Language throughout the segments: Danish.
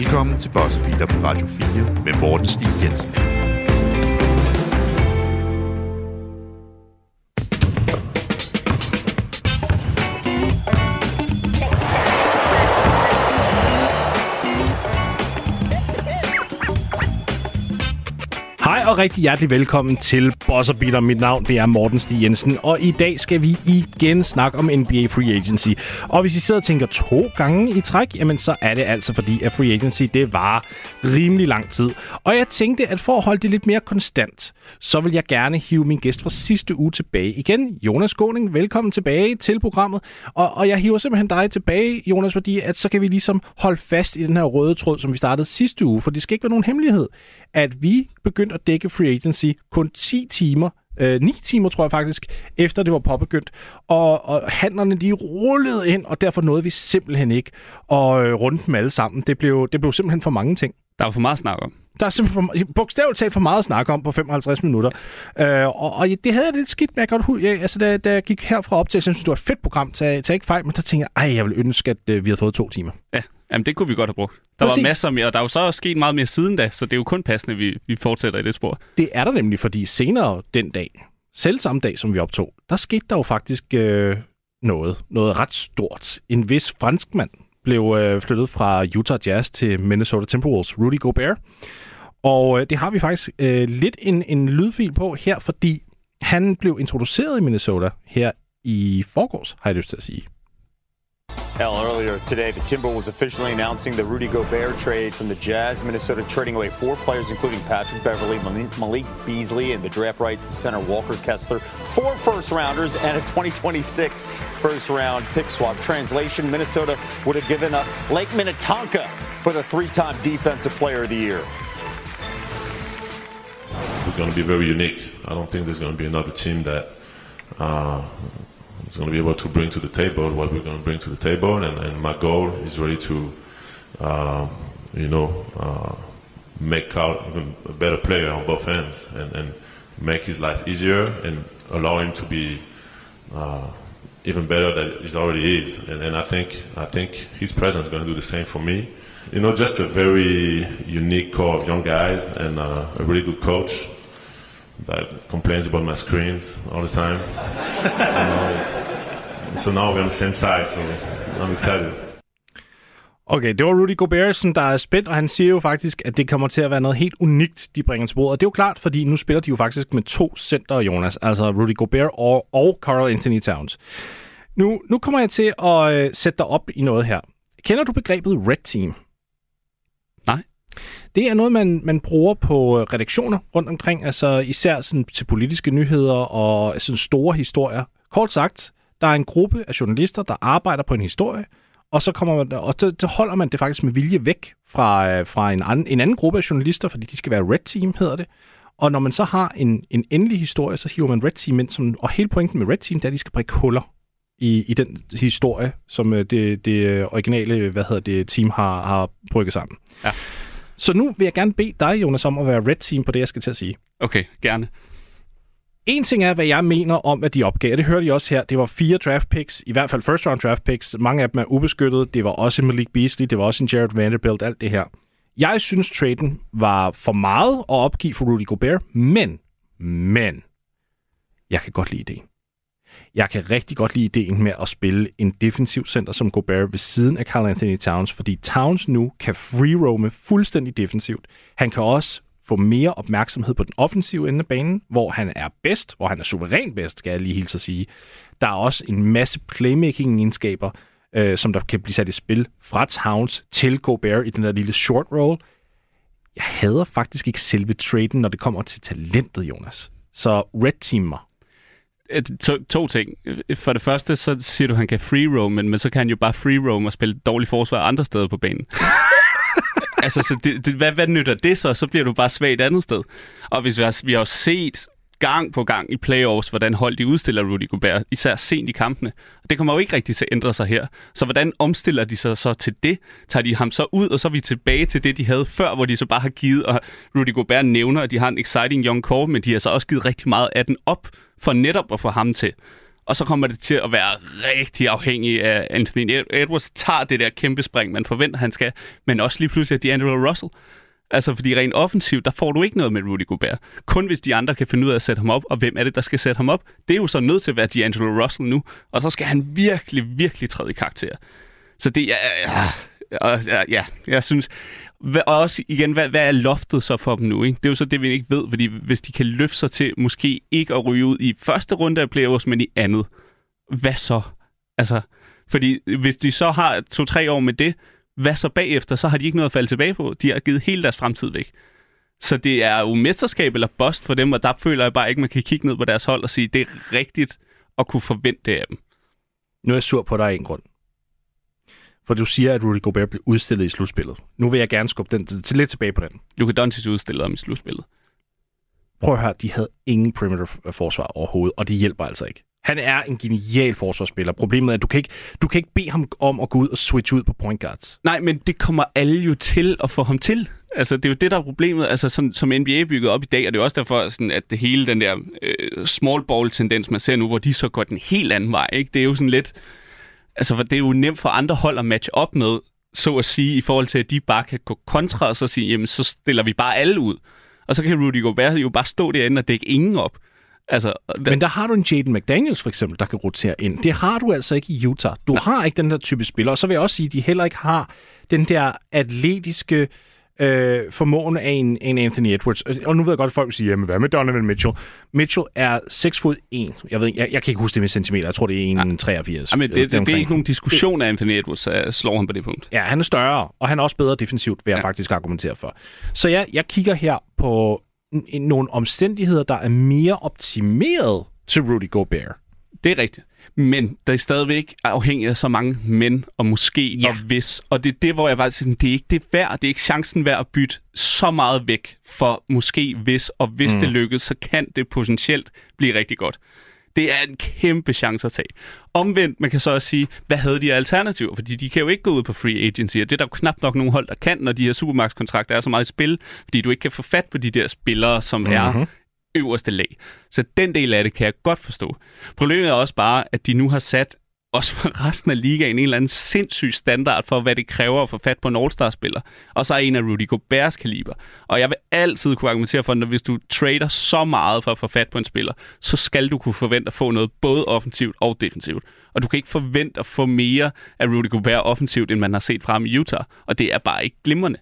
Velkommen til Buzzer Beater på Radio 4 med Morten Stig Jensen. Hej og rigtig hjertelig velkommen til Buzzer Beater. Mit navn det er Morten Stig Jensen, og i dag skal vi igen snakke om NBA Free Agency. Og hvis I sidder og tænker 2 gange i træk, jamen så er det altså fordi, at Free Agency det varer rimelig lang tid. Og jeg tænkte, at for at holde det lidt mere konstant, så vil jeg gerne hive min gæst fra sidste uge tilbage igen. Jonas Skaaning, velkommen tilbage til programmet. Og jeg hiver simpelthen dig tilbage, Jonas, fordi at så kan vi ligesom holde fast i den her røde tråd, som vi startede sidste uge. For det skal ikke være nogen hemmelighed, at vi begyndte at dække Free Agency kun 10 timer, 9 timer tror jeg faktisk, efter det var påbegyndt. Og handlerne de rullede ind, og derfor nåede vi simpelthen ikke at runde dem alle sammen. Det blev simpelthen for mange ting. Der var for meget at snakke om. Der er simpelthen bogstaveligt talt for meget at snakke om på 55 minutter. Og det havde jeg lidt skidt med. Da jeg gik herfra op til, jeg synes, det var et fedt program, tag ikke fejl, men der tænkte jeg ville ønske, at vi havde fået 2 timer. Ja, jamen det kunne vi godt have brugt. Der var masser mere, og der er jo så sket meget mere siden da, så det er jo kun passende, vi fortsætter i det spor. Det er der nemlig, fordi senere den dag, selv samme dag, som vi optog, der skete der jo faktisk noget ret stort. En vis franskmand blev flyttet fra Utah Jazz til Minnesota Timberwolves, Rudy Gobert. Og det har vi faktisk lidt en lydfil på her, fordi han blev introduceret i Minnesota her i forgårs, har jeg lyst til at sige. Earlier today, the Timberwolves officially announcing the Rudy Gobert trade from the Jazz. Minnesota trading away 4 players, including Patrick Beverley, Malik Beasley, and the draft rights to center Walker Kessler. 4 first-rounders and a 2026 first-round pick swap. Translation, Minnesota would have given up Lake Minnetonka for the 3-time Defensive Player of the Year. We're going to be very unique. I don't think there's going to be another team that is going to be able to bring to the table what we're going to bring to the table, and my goal is really to, make Carl even a better player on both ends, and make his life easier and allow him to be even better than he already is. And I think his presence is going to do the same for me. You know, just a very unique core of young guys and a really good coach that complains about my screens all the time. So now we're on the same side, so I'm excited. Okay, det var Rudy Gobert, som der er spændt, og han siger jo faktisk, at det kommer til at være noget helt unikt, de bringer til bordet. Og det er jo klart, fordi nu spiller de jo faktisk med 2 center, Jonas. Altså Rudy Gobert og Karl Anthony Towns. Nu kommer jeg til at sætte dig op i noget her. Kender du begrebet Red Team? Nej. Det er noget, man bruger på redaktioner rundt omkring, altså især sådan til politiske nyheder og sådan store historier. Kort sagt, der er en gruppe af journalister, der arbejder på en historie, og så kommer man, og så holder man det faktisk med vilje væk fra en anden gruppe af journalister, fordi de skal være Red Team, hedder det. Og når man så har en endelig historie, så hiver man Red Team ind, og hele pointen med Red Team, det er, at de skal prikke huller i den historie, som det originale team har brygget sammen. Ja. Så nu vil jeg gerne bede dig, Jonas, om at være Red Team på det, jeg skal til at sige. Okay, gerne. En ting er, hvad jeg mener om, at de opgav. Det hørte I også her. Det var 4 draft picks, i hvert fald first round draft picks. Mange af dem er ubeskyttede. Det var også Malik Beasley, det var også en Jared Vanderbilt, alt det her. Jeg synes, traden var for meget at opgive for Rudy Gobert, men jeg kan godt lide ideen. Jeg kan rigtig godt lide ideen med at spille en defensiv center som Gobert ved siden af Karl Anthony Towns, fordi Towns nu kan free-roame fuldstændig defensivt. Han kan også få mere opmærksomhed på den offensive ende af banen, hvor han er bedst, hvor han er suverænt bedst, skal jeg lige hilse at sige. Der er også en masse playmaking-egenskaber, som der kan blive sat i spil fra Towns til Gobert i den der lille short roll. Jeg hader faktisk ikke selve traden, når det kommer til talentet, Jonas. Så red team mig. 2 ting. For det første, så siger du, at han kan free-roam, men så kan han jo bare free-roam og spille dårlig forsvar andre steder på banen. Altså, så hvad nytter det så? Så bliver du bare svagt et andet sted. Og hvis vi har jo set gang på gang i playoffs, hvordan hold de udstiller Rudy Gobert, især sent i kampene. Det kommer jo ikke rigtig til at ændre sig her. Så hvordan omstiller de sig så til det? Tager de ham så ud, og så er vi tilbage til det, de havde før, hvor de så bare har givet, og Rudy Gobert nævner, at de har en exciting young core, men de har så også givet rigtig meget af den op, for netop at få ham til Og så kommer det til at være rigtig afhængig af Anthony Edwards. Tager det der kæmpe spring, man forventer, han skal. Men også lige pludselig D'Angelo Russell. Altså, fordi rent offensivt, der får du ikke noget med Rudy Gobert. Kun hvis de andre kan finde ud af at sætte ham op. Og hvem er det, der skal sætte ham op? Det er jo så nødt til at være D'Angelo Russell nu. Og så skal han virkelig, virkelig træde i karakter. Så det er... jeg synes... Og også igen, hvad er loftet så for dem nu? Ikke? Det er jo så det, vi ikke ved, fordi hvis de kan løfte sig til måske ikke at ryge ud i første runde af playoffs, men i andet, hvad så? Altså, fordi hvis de så har 2-3 år med det, hvad så bagefter? Så har de ikke noget at falde tilbage på. De har givet hele deres fremtid væk. Så det er jo mesterskab eller bust for dem, og der føler jeg bare ikke, man kan kigge ned på deres hold og sige, det er rigtigt at kunne forvente det af dem. Nu er jeg sur på dig af en grund. For du siger, at Rudy Gobert blev udstillet i slutspillet. Nu vil jeg gerne skubbe den lidt tilbage på den. Luka Doncic udstillede ham i slutspillet. Prøv at høre, de havde ingen perimeter-forsvar overhovedet, og det hjælper altså ikke. Han er en genial forsvarsspiller. Problemet er, at du kan ikke bede ham om at gå ud og switche ud på point guards. Nej, men det kommer alle jo til at få ham til. Altså, det er jo det, der er problemet. Altså, som NBA bygget op i dag, og det er også derfor, sådan, at det hele den der small ball-tendens, man ser nu, hvor de så går den helt anden vej, ikke? Det er jo sådan lidt... Altså, for det er jo nemt for andre hold at matche op med, så at sige, i forhold til, at de bare kan gå kontra og så sige, jamen, så stiller vi bare alle ud. Og så kan Rudy Gobert jo bare stå derinde og dække ingen op. Altså, men der har du en Jaden McDaniels, for eksempel, der kan rotere ind. Det har du altså ikke i Utah. Du har ikke den der type spiller. Og så vil jeg også sige, at de heller ikke har den der atletiske formåen af en Anthony Edwards. Og nu ved jeg godt, at folk vil sige, jamen hvad med Donovan Mitchell? Mitchell er 6'1". Jeg kan ikke huske det med centimeter. Jeg tror, det er 1,83. Jamen, det er ikke nogen diskussion af Anthony Edwards, slår han på det punkt. Ja, han er større, og han er også bedre defensivt, vil jeg faktisk argumentere for. Så jeg kigger her på nogle omstændigheder, der er mere optimeret til Rudy Gobert. Det er rigtigt. Men der er stadigvæk afhængig af så mange men og måske og hvis. Og det er det, hvor jeg faktisk siger, det er ikke det værd. Det er ikke chancen værd at bytte så meget væk for måske hvis. Og hvis det lykkes, så kan det potentielt blive rigtig godt. Det er en kæmpe chance at tage. Omvendt, man kan så også sige, hvad havde de alternativer? Fordi de kan jo ikke gå ud på free agency, og det er der jo knap nok nogen hold, der kan, når de her supermax-kontrakter er så meget i spil, fordi du ikke kan få fat på de der spillere, som er øverste lag. Så den del af det kan jeg godt forstå. Problemet er også bare, at de nu har sat også for resten af ligaen en eller anden sindssyg standard for, hvad det kræver at få fat på en All-Star-spiller. Og så er en af Rudy Goberts kaliber. Og jeg vil altid kunne argumentere for, at hvis du trader så meget for at få fat på en spiller, så skal du kunne forvente at få noget både offensivt og defensivt. Og du kan ikke forvente at få mere af Rudy Gobert offensivt, end man har set frem i Utah. Og det er bare ikke glimrende.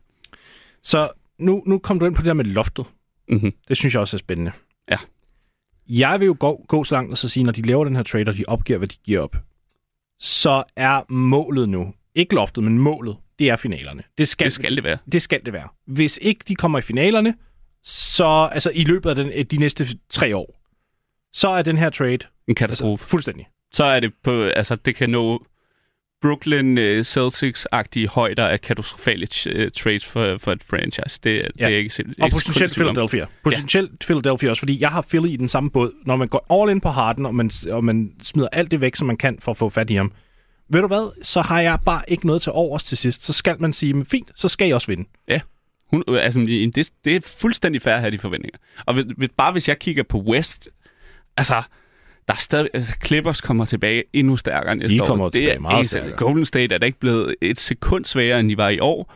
Så nu kom du ind på det der med loftet. Mm-hmm. Det synes jeg også er spændende. Ja. Jeg vil jo gå så langt og så sige, når de laver den her trade, og de opgiver, hvad de giver op, så er målet nu, ikke loftet, men målet, det er finalerne. Det skal det være. Det skal det være. Hvis ikke de kommer i finalerne, så altså i løbet af de næste 3 år, så er den her trade en katastrofe. Altså, fuldstændig. Så er det på, altså det kan nå Brooklyn Celtics-agtige højder af katastrofale trades for et franchise. Det er ikke sindssygt. Og potentielt Philadelphia. Potentielt Philadelphia også, fordi jeg har Philly i den samme båd. Når man går all in på Harden, og man smider alt det væk, som man kan for at få fat i ham. Ved du hvad? Så har jeg bare ikke noget til overs til sidst. Så skal man sige, men fint, så skal jeg også vinde. Ja. Det er fuldstændig fair at have de forventninger. Og bare hvis jeg kigger på West, altså... Der er stadig, Clippers kommer tilbage endnu stærkere end de kommer tilbage meget stærkere. Golden State er da ikke blevet et sekund sværere, end de var i år.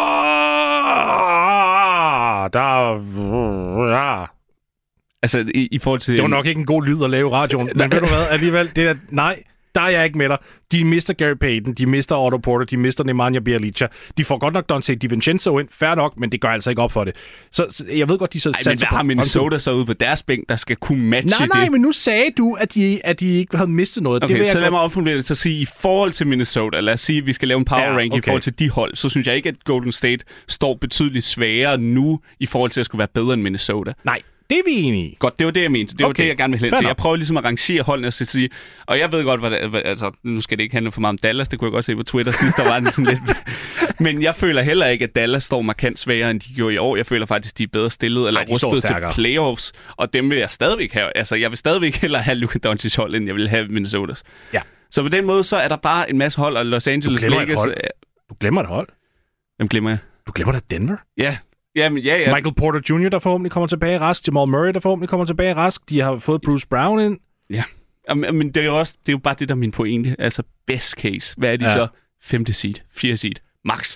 Altså, i forhold til... Det var nok ikke en god lyd at lave i radioen, men ved du hvad, alligevel, det er... Nej, der er jeg ikke med dig. De mister Gary Payton, de mister Otto Porter, de mister Nemanja Bjelica. De får godt nok Donte DiVincenzo ind, fair nok, men det gør altså ikke op for det. Så jeg ved godt, de så satser på... Men hvad har Minnesota så ude på deres bænk, der skal kunne matche det? Nej, men nu sagde du, at de ikke havde mistet noget. Okay, det så lad mig opfordre det til at sige, i forhold til Minnesota, lad os sige, at vi skal lave en power rank i forhold til de hold, så synes jeg ikke, at Golden State står betydeligt sværere nu, i forhold til at skulle være bedre end Minnesota. Nej. Det er vi enige i. Godt, det var det, jeg mente. Det var det, jeg gerne ville hen til. Jeg prøver ligesom at rangere holdene og sige, og jeg ved godt, altså, nu skal det ikke handle for meget om Dallas, det kunne jeg godt se på Twitter sidst, der var den sådan lidt. Men jeg føler heller ikke, at Dallas står markant sværere, end de gjorde i år. Jeg føler faktisk, de er bedre stillet eller rustet til playoffs, og dem vil jeg stadigvæk have. Altså, jeg vil stadigvæk hellere have Luka Doncic hold, end jeg vil have Minnesotas. Ja. Så på den måde, så er der bare en masse hold, og Los Angeles Lakers... Du glemmer et hold. Hvem glemmer jeg? Du glemmer da Denver? Ja. Ja. Michael Porter Jr., der forhåbentlig kommer tilbage rask. Jamal Murray, der forhåbentlig kommer tilbage rask. De har fået Bruce Brown ind. Ja. Men det er jo bare det, der er min pointe. Altså, best case. Hvad er de så? 5. seed, 4. seed, max.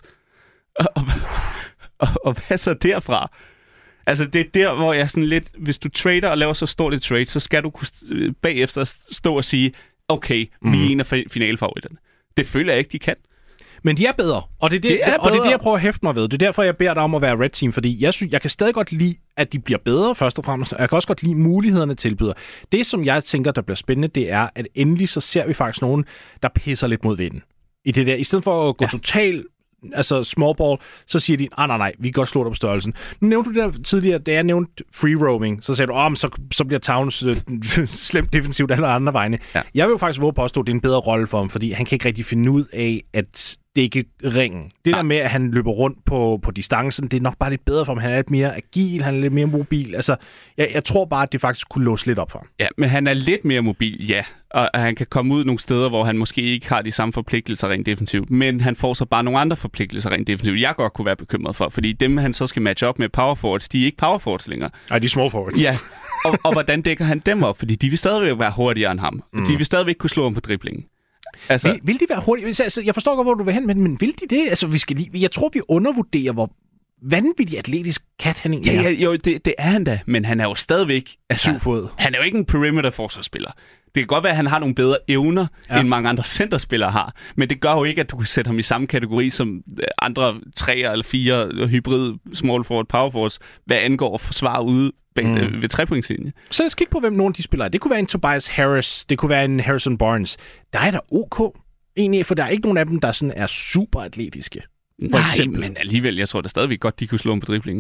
Og hvad så derfra? Altså, det er der, hvor jeg sådan lidt... Hvis du trader og laver så stort et trade, så skal du bagefter stå og sige, okay, vi er en af finalefavoritterne. Det føler jeg ikke, de kan. Men de er bedre, og det er det, jeg prøver at hæfte mig ved. Det er derfor, jeg beder dig om at være red team, fordi jeg kan stadig godt lide, at de bliver bedre, først og fremmest. Jeg kan også godt lide mulighederne tilbyder. Det, som jeg tænker, der bliver spændende, det er, at endelig så ser vi faktisk nogen, der pisser lidt mod vinden. I det der. I stedet for at gå totalt small ball, så siger de, nej, vi kan godt slå dig på størrelsen. Nu nævnte du det tidligere, da jeg nævnte free roaming, så sagde du, så bliver Towns slemt defensivt alle andre vegne. Ja. Jeg vil jo faktisk våge påstå, at det er en bedre rolle for ham, fordi han kan ikke rigtig finde ud af, at det ikke ringen. Det der med, at han løber rundt på distancen, det er nok bare lidt bedre for ham. Han er lidt mere agil, han er lidt mere mobil. Altså, jeg tror bare, at det faktisk kunne låse lidt op for ham. Ja, men han er lidt mere mobil, ja. Og han kan komme ud nogle steder, hvor han måske ikke har de samme forpligtelser rent defensivt. Men han får så bare nogle andre forpligtelser rent defensivt. Jeg godt kunne være bekymret for, fordi dem, han så skal matche op med power forwards, de er ikke power forwards længere. Nej, de er small forwards. Ja. Og hvordan dækker han dem op? Fordi de vil stadigvæk være hurtigere end ham. De vil stadigvæk kunne slå ham på driblingen. Altså, vil de være hurtige? Altså, jeg forstår godt, hvor du vil hen, men vil de det? Altså, jeg tror, vi undervurderer, hvor vanvittig atletisk Cat han egentlig er. Jo, det er han da, men han er jo stadigvæk... Altså, 7 fod. Han er jo ikke en perimeter-forsvarsspiller. Det kan godt være, at han har nogle bedre evner, end mange andre centerspillere har, men det gør jo ikke, at du kan sætte ham i samme kategori som andre 3 eller 4 hybrid small forward, power forwards, hvad angår at forsvare ude ved 3-pointslinjen. Så lad os kigge på, hvem nogle af de spillere er. Det kunne være en Tobias Harris, det kunne være en Harrison Barnes. Der er der OK, egentlig, for der er ikke nogen af dem, der sådan er super atletiske. Nej, eksempel. Men alligevel, jeg tror da stadigvæk godt, de kunne slå ham på driblingen.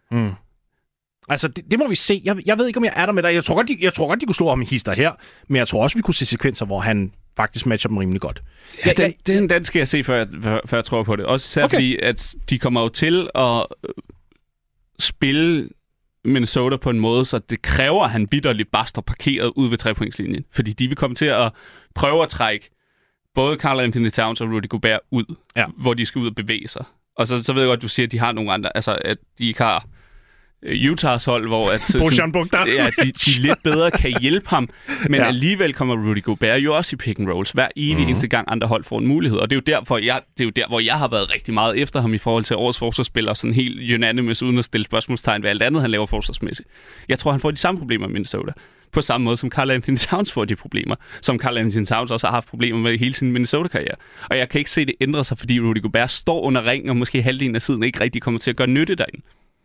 Altså, det må vi se. Jeg ved ikke, om jeg er der med dig. Jeg tror godt, de kunne slå ham i hister her, men jeg tror også, vi kunne se sekvenser, hvor han faktisk matcher dem rimelig godt. Ja, den skal jeg se, før jeg tror på det. Også især fordi, at de kommer jo til at spille Minnesota på en måde, så det kræver, at han vitterligt bare står parkeret ude ved 3-pointslinjen. Fordi de vil komme til at prøve at trække både Karl Anthony Towns og Rudy Gobert ud, hvor de skal ud og bevæge sig. Og så ved jeg godt, at du siger, at de har nogle andre, altså at de ikke har Utahs hold, hvor at, de lidt bedre kan hjælpe ham, men alligevel kommer Rudy Gobert jo også i pick and rolls hver eneste gang andre hold får en mulighed, og det er jo der, hvor jeg har været rigtig meget efter ham i forhold til årets forsvarsspiller, sådan helt unanimous, uden at stille spørgsmålstegn ved alt andet, han laver forsvarsmæssigt. Jeg tror, han får de samme problemer i Minnesota. På samme måde som Karl Anthony Towns får de problemer, som Karl Anthony Towns også har haft problemer med hele sin Minnesota-karriere. Og jeg kan ikke se det ændre sig, fordi Rudy Gobert står under ringen, og måske halvdelen af siden ikke rigtig kommer til at gøre nytte derinde.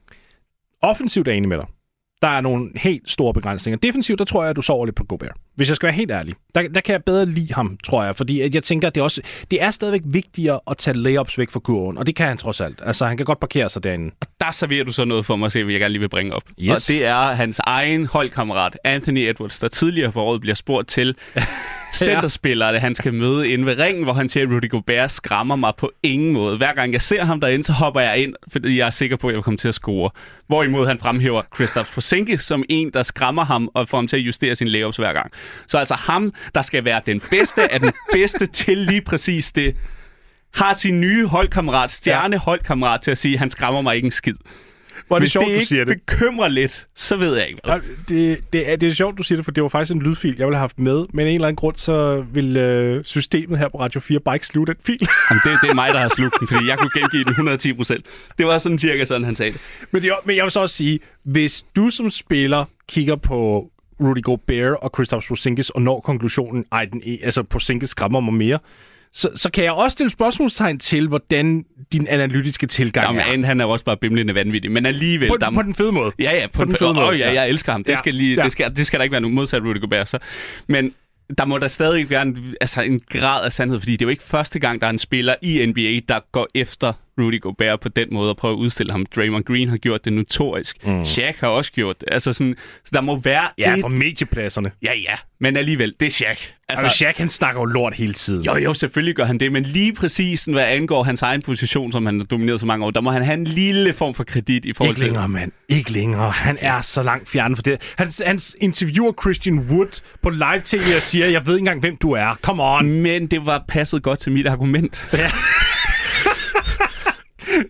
Offensivt er enig med dig. Der er nogle helt store begrænsninger. Defensivt, der tror jeg, at du sover lidt på Gobert. Hvis jeg skal være helt ærlig. Der kan jeg bedre lide ham, tror jeg. Fordi jeg tænker, at det er stadigvæk vigtigere at tage layups væk fra kurven. Og det kan han trods alt. Altså, han kan godt parkere sig derinde. Og der serverer du så noget for mig at se, hvad jeg gerne lige vil bringe op. Yes. Og det er hans egen holdkammerat, Anthony Edwards, der tidligere på året bliver spurgt til centerspillere, han skal møde inde ved ringen, hvor han siger, at Rudy Gobert skræmmer mig på ingen måde. Hver gang jeg ser ham derinde, så hopper jeg ind, fordi jeg er sikker på, at jeg vil komme til at score. Hvorimod han fremhæver Kristaps Porzingis som en, der skræmmer ham og får ham til at justere sin layups hver gang. Så altså ham, der skal være den bedste af den bedste til lige præcis det, har sin nye holdkammerat, stjerneholdkammerat til at sige, at han skræmmer mig ikke en skid. Hvis sjovt, det ikke bekymrer lidt, så ved jeg ikke hvad. Det er sjovt, du siger det, for det var faktisk en lydfil, jeg ville have haft med. Men en eller anden grund, så vil systemet her på Radio 4 bare ikke sluge den fil. Jamen, det er mig, der har slugt den, fordi jeg kunne gengive den 110%. Det var sådan cirka sådan, han sagde det. Men jeg vil så også sige, hvis du som spiller kigger på Rudy Gobert og Kristaps Porzingis og når konklusionen, Porzingis skræmmer mig mere, så kan jeg også stille spørgsmålstegn til, hvordan din analytiske tilgang er. Jamen, han er jo også bare bimlende vanvittig, men alligevel... På den fede måde. Ja, på den fede måde. Jeg elsker ham. Det skal der ikke være nogen modsat Rudy Gobert. Så. Men der må der stadig være en grad af sandhed, fordi det er jo ikke første gang, der er en spiller i NBA, der går efter Rudy Gobert på den måde og prøver at udstille ham. Draymond Green har gjort det notorisk. Shaq har også gjort det. Altså sådan, så der må være for mediepladserne. Ja, men alligevel, det er Shaq. Altså, Shaq, han snakker jo lort hele tiden. Jo, selvfølgelig gør han det, men lige præcis, hvad angår hans egen position, som han har domineret så mange år, der må han have en lille form for kredit i forhold til... Ikke længere, mand. Ikke længere. Han er så langt fjernet for det. Han interviewer Christian Wood på live-tv og siger, jeg ved ikke engang, hvem du er. Come on. Men det var passet godt til mit argument. Ja.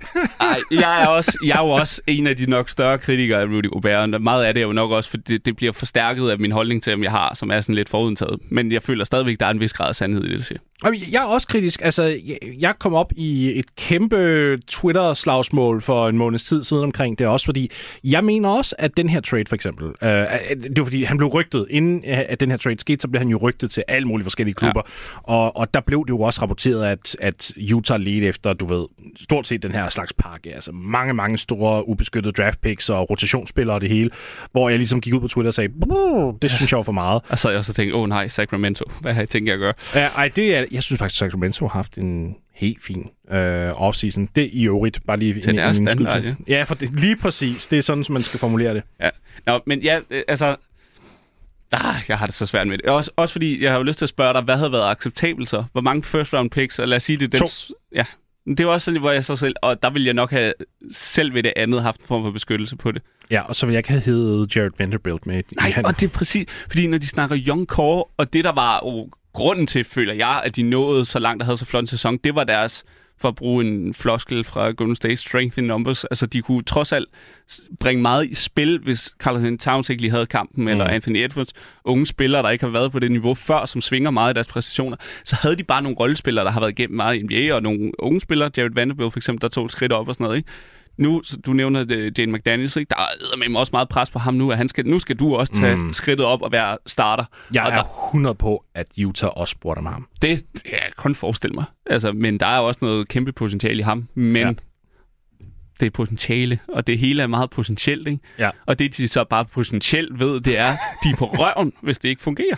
Jeg er jo også en af de nok større kritikere af Rudy Gobert, og meget af det er jo nok også, fordi det bliver forstærket af min holdning til, om jeg har, som er sådan lidt forudtaget. Men jeg føler stadigvæk, der er en vis grad af sandhed i det, du siger. Jeg er også kritisk. Altså, jeg kom op i et kæmpe Twitter-slagsmål for en måneds tid siden omkring det, også fordi jeg mener også, at den her trade for eksempel, det var fordi, han blev rygtet, inden at den her trade skete, så blev han jo rygtet til alle mulige forskellige klubber, og der blev det jo også rapporteret, at Utah ledte efter, du ved, stort set den her slags pakke, altså mange store ubeskyttede draft picks og rotationsspillere og det hele, hvor jeg ligesom gik ud på Twitter og sagde, det synes jeg var for meget. Og så jeg også tænkte, nej, Sacramento, hvad har jeg tænkt, jeg at gøre? Jeg synes faktisk, at Sacramento har haft en helt fin offseason. Det er i øvrigt bare lige... Til deres standard, ja. Ja, for det, lige præcis. Det er sådan, som man skal formulere det. Ja. Nå, men ja, altså... jeg har det så svært med det. Også fordi, jeg har jo lyst til at spørge dig, hvad havde været acceptabelt så? Hvor mange first round picks? Og lad os sige det... 2. Ja. Det var også sådan, hvor jeg så selv... Og der ville jeg nok have selv ved det andet haft en form for beskyttelse på det. Ja, og så ville jeg ikke have heddet Jared Vanderbilt med. Nej, og det er præcis... Fordi når de snakker young core, og det der var grunden til, føler jeg, at de nåede så langt, der havde så flot en sæson, det var deres, for at bruge en floskel fra Golden State, strength in numbers. Altså, de kunne trods alt bringe meget i spil, hvis Karl-Anthony Towns ikke lige havde kampen, eller Anthony Edwards, unge spillere, der ikke har været på det niveau før, som svinger meget i deres præstationer. Så havde de bare nogle rollespillere, der har været igennem meget i NBA, og nogle unge spillere, Jared Vanderbilt for eksempel, der tog et skridt op og sådan noget, ikke? Nu, du nævner Jane McDaniels, ikke? Der er med også meget pres på ham nu, at nu skal du også tage skridtet op og være starter. Jeg er 100 på, at Utah også spurgte om ham. Det kan jeg kun forestille mig. Altså, men der er også noget kæmpe potentiale i ham. Men det er potentiale, og det hele er meget potentielt, ikke? Ja. Og det, de så bare potentielt ved, det er, de er på røven, hvis det ikke fungerer.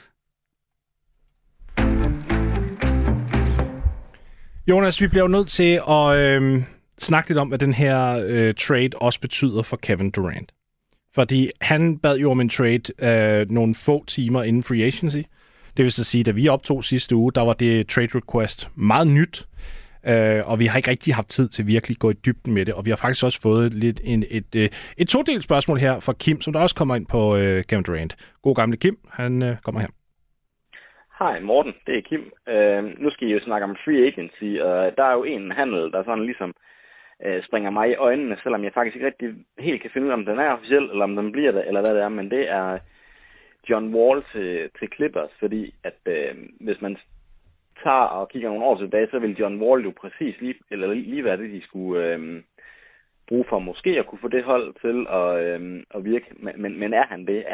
Jonas, vi bliver jo nødt til at... Snak lidt om, hvad den her trade også betyder for Kevin Durant. Fordi han bad jo om en trade nogle få timer inden free agency. Det vil så sige, da vi optog sidste uge, der var det trade request meget nyt. Og vi har ikke rigtig haft tid til virkelig at gå i dybden med det. Og vi har faktisk også fået lidt et todelt spørgsmål her fra Kim, som der også kommer ind på Kevin Durant. God gamle Kim, han kommer her. Hej Morten, det er Kim. Nu skal I jo snakke om free agency, og der er jo en handel, der sådan ligesom springer mig i øjnene, selvom jeg faktisk ikke rigtig helt kan finde ud af, om den er officiel, eller om den bliver det, eller hvad det er, men det er John Wall til Clippers, fordi at hvis man tager og kigger nogle år tilbage, så vil John Wall jo præcis lige være det, de skulle bruge for måske at kunne få det hold til at virke, men er han det?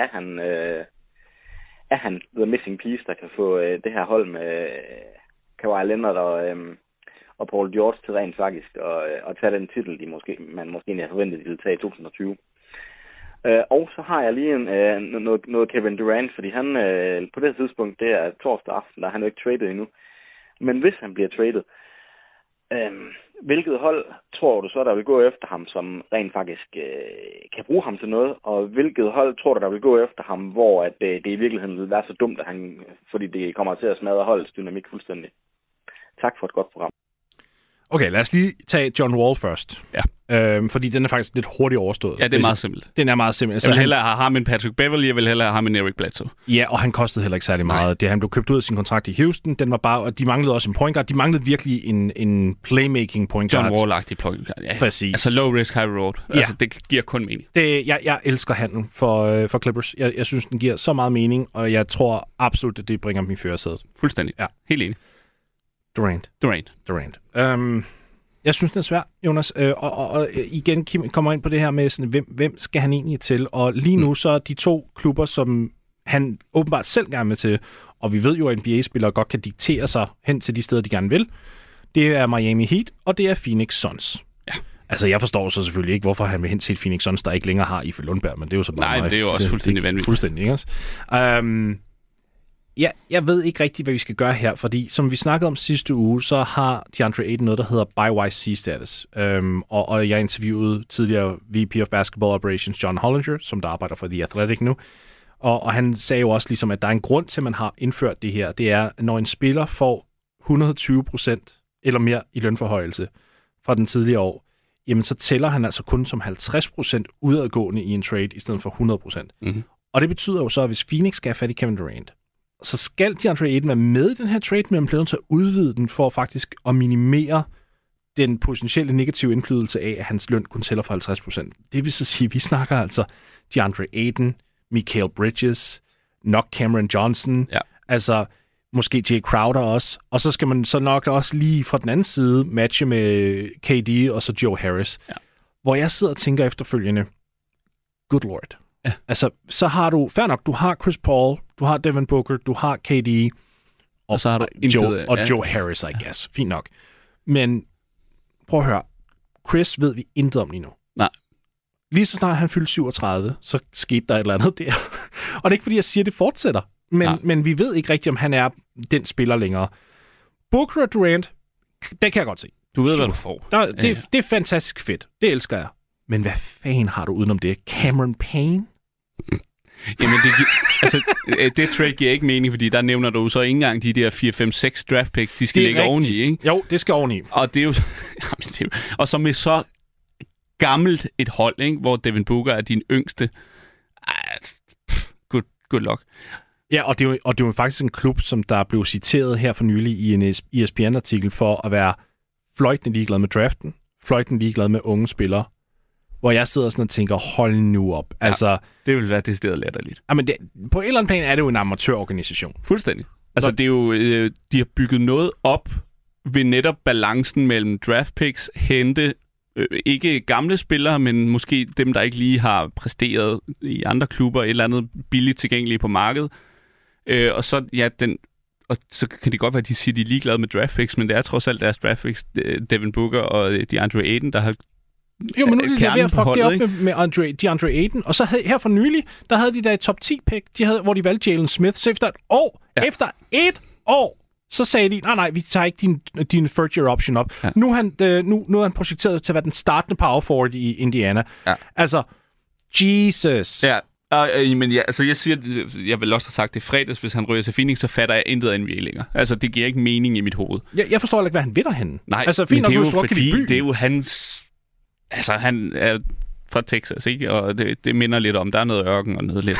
Er han the missing piece, der kan få det her hold med Kawhi Leonard og Paul George til rent faktisk og tage den titel, man måske egentlig har forventet, de ville tage i 2020. Og så har jeg lige noget Kevin Durant, fordi han på det tidspunkt, det er torsdag aften, der er han jo ikke traded endnu. Men hvis han bliver traded, hvilket hold tror du så, der vil gå efter ham, som rent faktisk kan bruge ham til noget? Og hvilket hold tror du, der vil gå efter ham, hvor at, det i virkeligheden vil være så dumt, at fordi det kommer til at smadre holdets dynamik fuldstændig? Tak for et godt program. Okay, lad os lige tage John Wall først. Ja. Fordi den er faktisk lidt hurtigt overstået. Ja, det er meget simpelt. Den er meget simpelt. Jeg vil hellere have ham end Patrick Beverley, jeg vil hellere have ham end Eric Bledsoe. Ja, og han kostede heller ikke særlig meget. Han blev købt ud af sin kontrakt i Houston. Den var bare, og de manglede også en point guard. De manglede virkelig en playmaking point guard. John Wall-agtig point guard, ja. Præcis. Altså low risk, high reward. Ja. Altså, det giver kun mening. Jeg elsker handlen for Clippers. Jeg synes, den giver så meget mening, og jeg tror absolut, at det bringer dem i førersædet. Fuldstændig. Ja. Helt enig. Durant. Jeg synes, den er svær, Jonas. Og igen, Kim kommer ind på det her med, sådan, hvem skal han egentlig til? Og lige nu så er de to klubber, som han åbenbart selv gerne vil til, og vi ved jo, at NBA-spillere godt kan diktere sig hen til de steder, de gerne vil. Det er Miami Heat, og det er Phoenix Suns. Ja. Altså, jeg forstår så selvfølgelig ikke, hvorfor han vil hen til Phoenix Suns, der ikke længere har Ife Lundberg, men det er jo så bare Nej, det er jo også fuldstændig vanvittigt. Fuldstændig, ikke også? Ja, jeg ved ikke rigtigt, hvad vi skal gøre her, fordi som vi snakkede om sidste uge, så har DeAndre Ayton noget, der hedder BYC-status. Og jeg interviewede tidligere VP of Basketball Operations John Hollinger, som der arbejder for The Athletic nu. Og han sagde jo også ligesom, at der er en grund til, at man har indført det her. Det er, når en spiller får 120% eller mere i lønforhøjelse fra den tidligere år, jamen så tæller han altså kun som 50% udadgående i en trade, i stedet for 100%. Mm-hmm. Og det betyder jo så, at hvis Phoenix skal have fat i Kevin Durant, så skal DeAndre Ayton være med i den her trade, men man bliver nødt til at udvide den for faktisk at minimere den potentielle negative indflydelse af, at hans løn kun tæller for 50%. Det vil så sige, vi snakker altså DeAndre Ayton, Mikal Bridges, nok Cameron Johnson, altså måske Jay Crowder også, og så skal man så nok også lige fra den anden side matche med KD og så Joe Harris. Ja. Hvor jeg sidder og tænker efterfølgende, good lord. Ja. Altså, så har du, fair nok, du har Chris Paul, du har Devin Booker, du har KD, og så har du Joe Harris, I guess. Fint nok. Men prøv at høre, Chris ved vi intet om lige nu. Nej. Lige så snart han fyldte 37, så skete der et eller andet der. Og det er ikke, fordi jeg siger, at det fortsætter. Men vi ved ikke rigtigt, om han er den spiller længere. Booker og Durant, det kan jeg godt se. Du ved, hvad du får. Det er fantastisk fedt. Det elsker jeg. Men hvad fanden har du udenom det? Cameron Payne? Jamen, det trade giver ikke mening, fordi der nævner du så ikke engang de der 4, 5, 6 draft picks, de skal ligge oveni, ikke? Jo, det skal oveni. Og det er jo... og så med så gammelt et hold, ikke? Hvor Devin Booker er din yngste. Good luck. Ja, og det er jo faktisk en klub, som der blev citeret her for nylig i en ESPN-artikel for at være fløjtende ligeglad med draften, fløjtende ligeglad med unge spillere, hvor jeg sidder sådan og tænker, hold nu op. Ja, altså, det vil være decideret latterligt. Jamen, på en eller anden plan er det jo en amatørorganisation. Fuldstændig. Altså, det er jo, de har bygget noget op ved netop balancen mellem draft picks, hente ikke gamle spillere, men måske dem, der ikke lige har præsteret i andre klubber, et eller andet billigt tilgængelige på markedet. Og så, og så kan det godt være, at de siger, at de er ligeglade med draft picks, men det er trods alt deres draft picks, Devin Booker og DeAndre Ayton, der har jo, men nu er de ved at fuck det op med DeAndre Ayton. Og så her for nylig, der havde de der top 10 pick, hvor de valgte Jalen Smith. Så efter et år, så sagde de, nej, vi tager ikke din third year option op. Ja. Nu er han projekteret til at være den startende power forward i Indiana. Ja. Altså, Jesus. Ja. Men altså jeg siger, jeg vil også have sagt det fredags, hvis han ryger til Phoenix, så fatter jeg intet af NBA længere. Altså, det giver ikke mening i mit hoved. Jeg forstår ikke, hvad han vil derhenne. Nej, altså, men det er jo fordi, det er jo hans... Altså, han er fra Texas, ikke? Og det minder lidt om, der er noget ørken og noget lidt...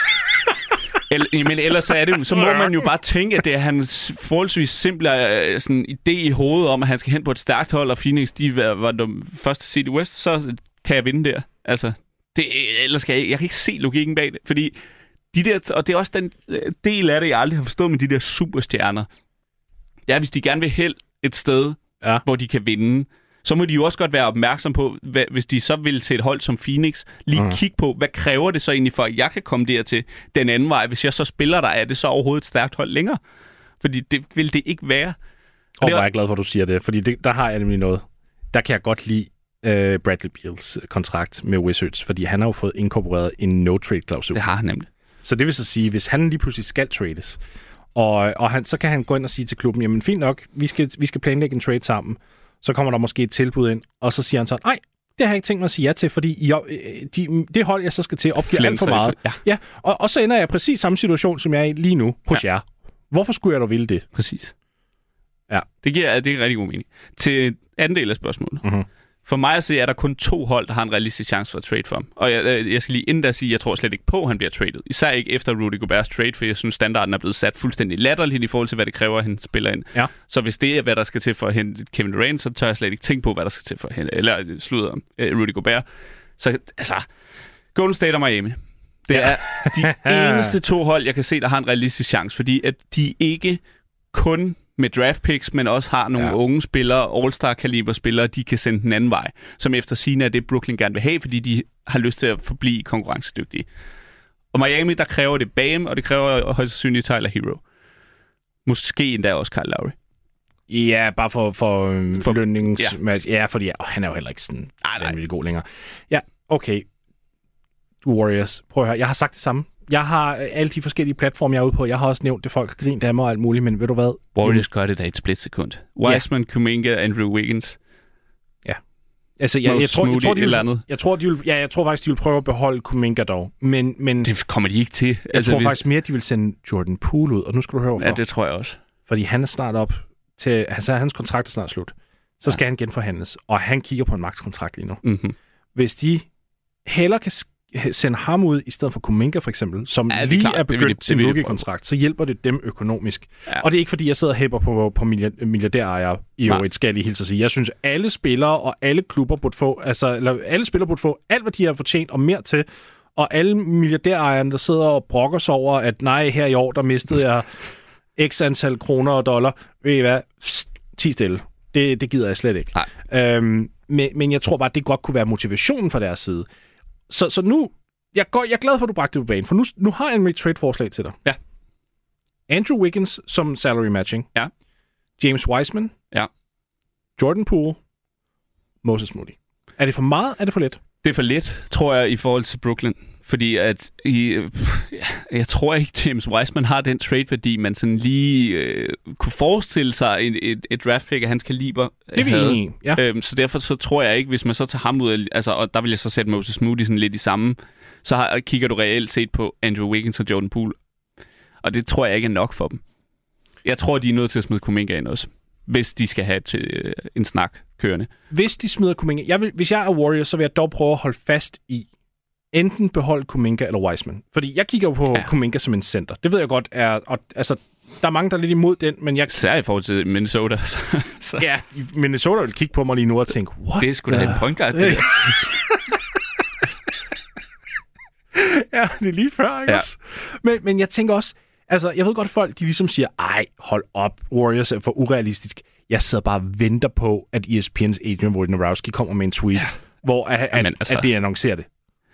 Men ellers så er det, så må man jo bare tænke, at det er hans forholdsvis simple sådan, idé i hovedet om, at han skal hen på et stærkt hold, og Phoenix, de var de første seed i West, så kan jeg vinde der. Altså, ellers skal jeg kan ikke se logikken bag det, fordi de der, og det er også den del af det, jeg aldrig har forstået med de der superstjerner. Det er, hvis de gerne vil held et sted, hvor de kan vinde, så må de jo også godt være opmærksom på, hvis de så vil til et hold som Phoenix, lige kigge på, hvad kræver det så egentlig for, at jeg kan komme dertil den anden vej? Hvis jeg så spiller der, er det så overhovedet et stærkt hold længere? Fordi det vil det ikke være. Og jeg er glad for, at du siger det, fordi der har jeg nemlig noget. Der kan jeg godt lide Bradley Beals kontrakt med Wizards, fordi han har jo fået inkorporeret en no-trade-klausul. Det har han nemlig. Så det vil så sige, hvis han lige pludselig skal trades, og så kan han gå ind og sige til klubben, jamen fint nok, vi skal planlægge en trade sammen. Så kommer der måske et tilbud ind, og så siger han så, nej, det har jeg ikke tænkt mig at sige ja til, fordi det hold, jeg så skal til, opgiver alt for meget. Ja. Og så ender jeg i præcis samme situation, som jeg er i lige nu hos jer. Hvorfor skulle jeg dog ville det? Præcis. Ja. Det er rigtig god mening. Til anden del af spørgsmålet. Mm-hmm. For mig at se, er der kun 2 hold, der har en realistisk chance for at trade for ham. Og jeg skal lige inden der sige, at jeg tror slet ikke på, at han bliver traded. Især ikke efter Rudy Gobert's trade, for jeg synes, standarden er blevet sat fuldstændig latterligt i forhold til, hvad det kræver, at han spiller ind. Ja. Så hvis det er, hvad der skal til for at hente Kevin Durant, så tør jeg slet ikke tænke på, hvad der skal til for at hente, eller slutter Rudy Gobert. Så altså, Golden State og Miami. Det er de eneste 2 hold, jeg kan se, der har en realistisk chance, fordi at de ikke kun med draft picks, men også har nogle unge spillere, all-star-kaliber spillere, de kan sende den anden vej, som efter sigende er det, Brooklyn gerne vil have, fordi de har lyst til at forblive konkurrencedygtige. Og Miami, der kræver det Bam, og det kræver højst sandsynligt Tyler Hero. Måske endda også Kyle Lowry. Ja, bare for lønningsmatch. Ja, fordi han er jo heller ikke sådan vildt god længere. Ja, okay. Warriors, prøv at høre, jeg har sagt det samme. Jeg har alle de forskellige platforme, jeg er ude på. Jeg har også nævnt det, folk griner af mig og alt muligt, men ved du hvad? Warriors gør det da et splitsekund. Wiseman, Kuminga, Andrew Wiggins. Ja. Altså, jeg tror faktisk, de vil prøve at beholde Kuminga dog. Men det kommer de ikke til. Jeg tror faktisk mere, de vil sende Jordan Poole ud, og nu skal du høre hvorfor. Ja, det tror jeg også. Fordi han er snart op til... Altså, hans kontrakt er snart slut. Så skal han genforhandles, og han kigger på en max-kontrakt lige nu. Mm-hmm. Hvis de heller sende ham ud i stedet for Kuminga for eksempel, som lige er begyndt sin rookie-kontrakt, så hjælper det dem økonomisk. Ja. Og det er ikke fordi, jeg sidder og hæpper på milliardærejere i øvrigt, skal jeg lige hilse at sige. Jeg synes, alle spillere og alle klubber burde få, alle spillere burde få alt, hvad de har fortjent og mere til. Og alle milliardærejerne, der sidder og brokker sig over, at nej, her i år, der mistede jeg x antal kroner og dollar. Ved I hvad? 10 stille. Det gider jeg slet ikke. Men jeg tror bare, at det godt kunne være motivationen fra deres side. Så nu, jeg er glad for, at du bragte det på banen, for nu har jeg en trade-forslag til dig. Ja. Andrew Wiggins som salary matching. Ja. James Wiseman. Ja. Jordan Poole. Moses Moody. Er det for meget? Er det for lidt? Det er for lidt, tror jeg, i forhold til Brooklyn. Fordi at jeg tror ikke, James Wiseman har den trade-værdi, man sådan lige kunne forestille sig et draftpick af hans kaliber. Det er vi enige i, ja. Så derfor så tror jeg ikke, hvis man så tager ham ud, altså, og der vil jeg så sætte Moses Moody sådan lidt i samme, så kigger du reelt set på Andrew Wiggins og Jordan Poole. Og det tror jeg ikke er nok for dem. Jeg tror, de er nødt til at smide Kuminga ind også, hvis de skal have en snak kørende. Hvis de smider Kuminga... Hvis jeg er Warriors, så vil jeg dog prøve at holde fast i enten beholde Kuminga eller Wiseman. Fordi jeg kigger jo på Kuminga som en center. Det ved jeg godt er... Altså, der er mange, der er lidt imod den, men jeg... Særligt i forhold til Minnesota. Så. Ja, Minnesota vil kigge på mig lige nu og tænke, what? Det er sgu da en point guard, det Ja, det er lige før, ikke også? Men jeg tænker også... Altså, jeg ved godt, at folk de ligesom siger, ej, hold op, Warriors er for urealistisk. Jeg sidder bare og venter på, at ESPN's Adrian Wojnarowski kommer med en tweet, hvor at det annoncerer det.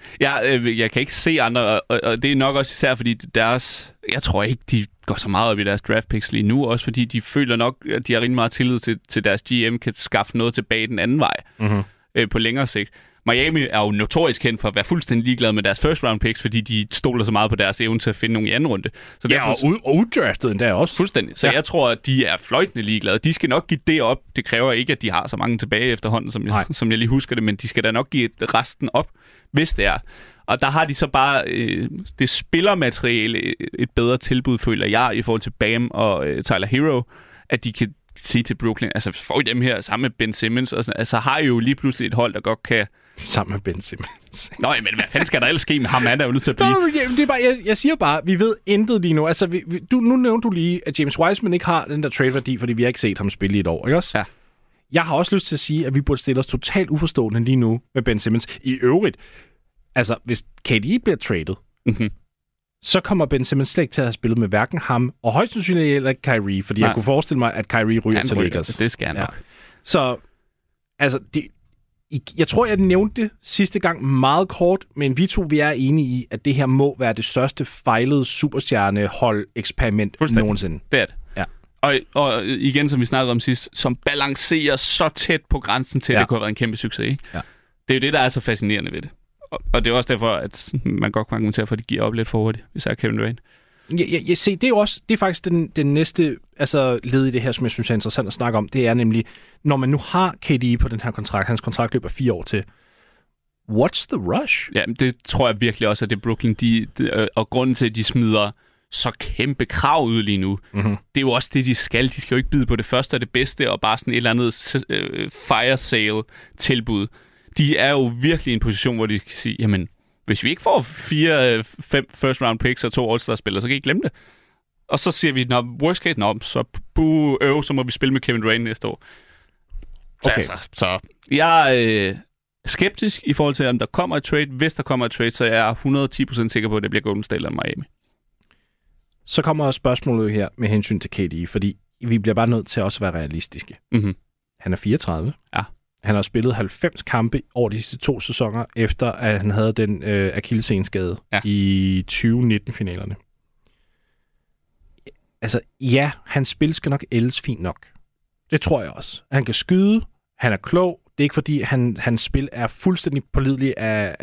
Jeg kan ikke se andre, og det er nok også især, fordi jeg tror ikke, de går så meget op i deres draft picks lige nu, også fordi de føler nok, at de har rimelig meget tillid til deres GM, kan skaffe noget tilbage den anden vej på længere sigt. Miami er jo notorisk kendt for at være fuldstændig ligeglade med deres first round picks, fordi de stoler så meget på deres evne til at finde nogen i anden runde. Så derfor, og uddraftet endda også. Fuldstændig. Så jeg tror, at de er fløjtende ligeglade. De skal nok give det op. Det kræver ikke, at de har så mange tilbage efterhånden, som jeg lige husker det, men de skal da nok give resten op, hvis det er. Og der har de så bare det spillermateriale et bedre tilbud, føler jeg, i forhold til Bam og Tyler Hero, at de kan sige til Brooklyn, altså får I dem her sammen med Ben Simmons, og sådan, altså har I jo lige pludselig et hold, der godt kan... Sammen med Ben Simmons. Nå, men hvad fanden skal der ellers ske med ham? Han er jo nødt til at blive... Nå, det er bare, jeg siger bare, vi ved intet lige nu. Altså, nu nævnte du lige, at James Wiseman ikke har den der trade-værdi, fordi vi har ikke set ham spille i et år, ikke også? Ja. Jeg har også lyst til at sige, at vi burde stille os totalt uforstående lige nu med Ben Simmons. I øvrigt, altså, hvis KD bliver traded, så kommer Ben Simmons slet ikke til at have spillet med hverken ham, og højst sandsynligt heller ikke Kyrie, fordi jeg kunne forestille mig, at Kyrie ryger til Lakers. Det skal han nok. Så, altså, jeg tror, jeg nævnte det sidste gang meget kort, men vi er enige i, at det her må være det største fejlede superstjernehold-eksperiment nogensinde. Det er det. Ja. Og igen, som vi snakkede om sidst, som balancerer så tæt på grænsen til, at det kunne have været en kæmpe succes. Ikke? Ja. Det er jo det, der er så fascinerende ved det. Og det er også derfor, at man godt kan argumentere for, at de giver op lidt for hurtigt, især Kevin Durant. Jeg se, det er faktisk den næste led i det her, som jeg synes er interessant at snakke om. Det er nemlig, når man nu har KD på den her kontrakt, hans kontrakt løber 4 år til. What's the rush? Ja, det tror jeg virkelig også, at det er Brooklyn, og grunden til, at de smider så kæmpe krav ud lige nu, det er jo også det, de skal. De skal jo ikke bide på det første og det bedste, og bare sådan et eller andet fire sale tilbud. De er jo virkelig i en position, hvor de kan sige, jamen, hvis vi ikke får 4-5 first round picks og 2 All-Star-spillere, så kan I ikke glemme det. Og så siger vi, når worst case, så må vi spille med Kevin Durant næste år. Okay. Så jeg er skeptisk i forhold til, om der kommer et trade. Hvis der kommer et trade, så er jeg 110% sikker på, at det bliver Golden State eller Miami. Så kommer spørgsmålet her med hensyn til KD, fordi vi bliver bare nødt til også at være realistiske. Han er 34. Ja. Han har spillet 90 kampe over de sidste 2 sæsoner, efter at han havde den akillessenskade i 2019-finalerne. Altså, ja, hans spil skal nok ældes fint nok. Det tror jeg også. Han kan skyde, han er klog. Det er ikke fordi, hans spil er fuldstændig pålidelig af,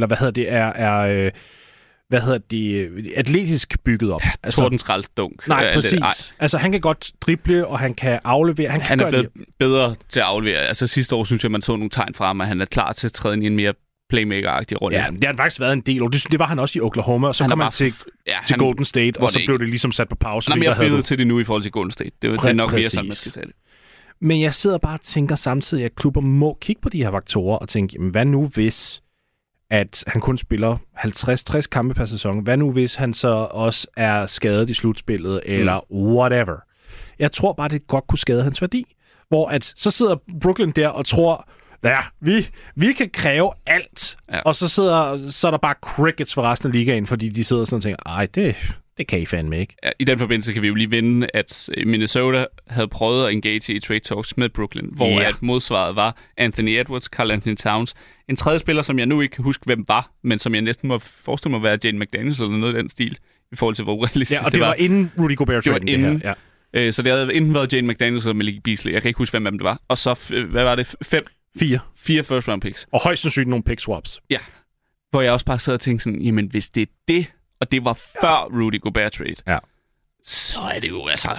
atletisk bygget op. Altså, Tordenskraldt dunk. Nej, præcis. Altså, han kan godt drible, og han kan aflevere. Han er blevet bedre til at aflevere. Altså, sidste år synes jeg, man så nogle tegn fra ham, at han er klar til at træde ind i en mere playmaker-agtig rolle. Ja, det har han faktisk været en del, og det var han også i Oklahoma, og så kom han til Golden State, og så blev det ligesom sat på pause. Han er mere frihed til det nu i forhold til Golden State. Det er nok mere sådan, man skal sige det. Men jeg sidder bare og tænker samtidig, at klubber må kigge på de her faktorer og tænke, jamen, hvad nu hvis at han kun spiller 50-60 kampe per sæson. Hvad nu, hvis han så også er skadet i slutspillet, eller whatever? Jeg tror bare, det godt kunne skade hans værdi. Hvor at så sidder Brooklyn der og tror, ja, vi kan kræve alt. Ja. Og så er der bare crickets for resten af ligaen, fordi de sidder sådan og tænker, ej, det kan I fandme ikke. Ja, i den forbindelse kan vi jo lige vende, at Minnesota havde prøvet at engage i trade talks med Brooklyn, hvor at modsvaret var Anthony Edwards, Karl Anthony Towns. En tredje spiller, som jeg nu ikke kan huske, hvem var, men som jeg næsten må forestille mig at være Jane McDaniels eller noget af den stil, i forhold til, hvor realistisk det var. Ja, og det var inden Rudy Gobert-traden, det her. Ja. Så det havde enten været Jane McDaniels eller Malik Beasley. Jeg kan ikke huske, hvem af dem det var. Og så, hvad var det? 4 first round picks. Og højst sandsynligt nogle pick swaps. Ja. Hvor jeg også bare sad og tænkte sådan, jamen hvis det er det, og det var før Rudy Gobert trade, så er det jo altså...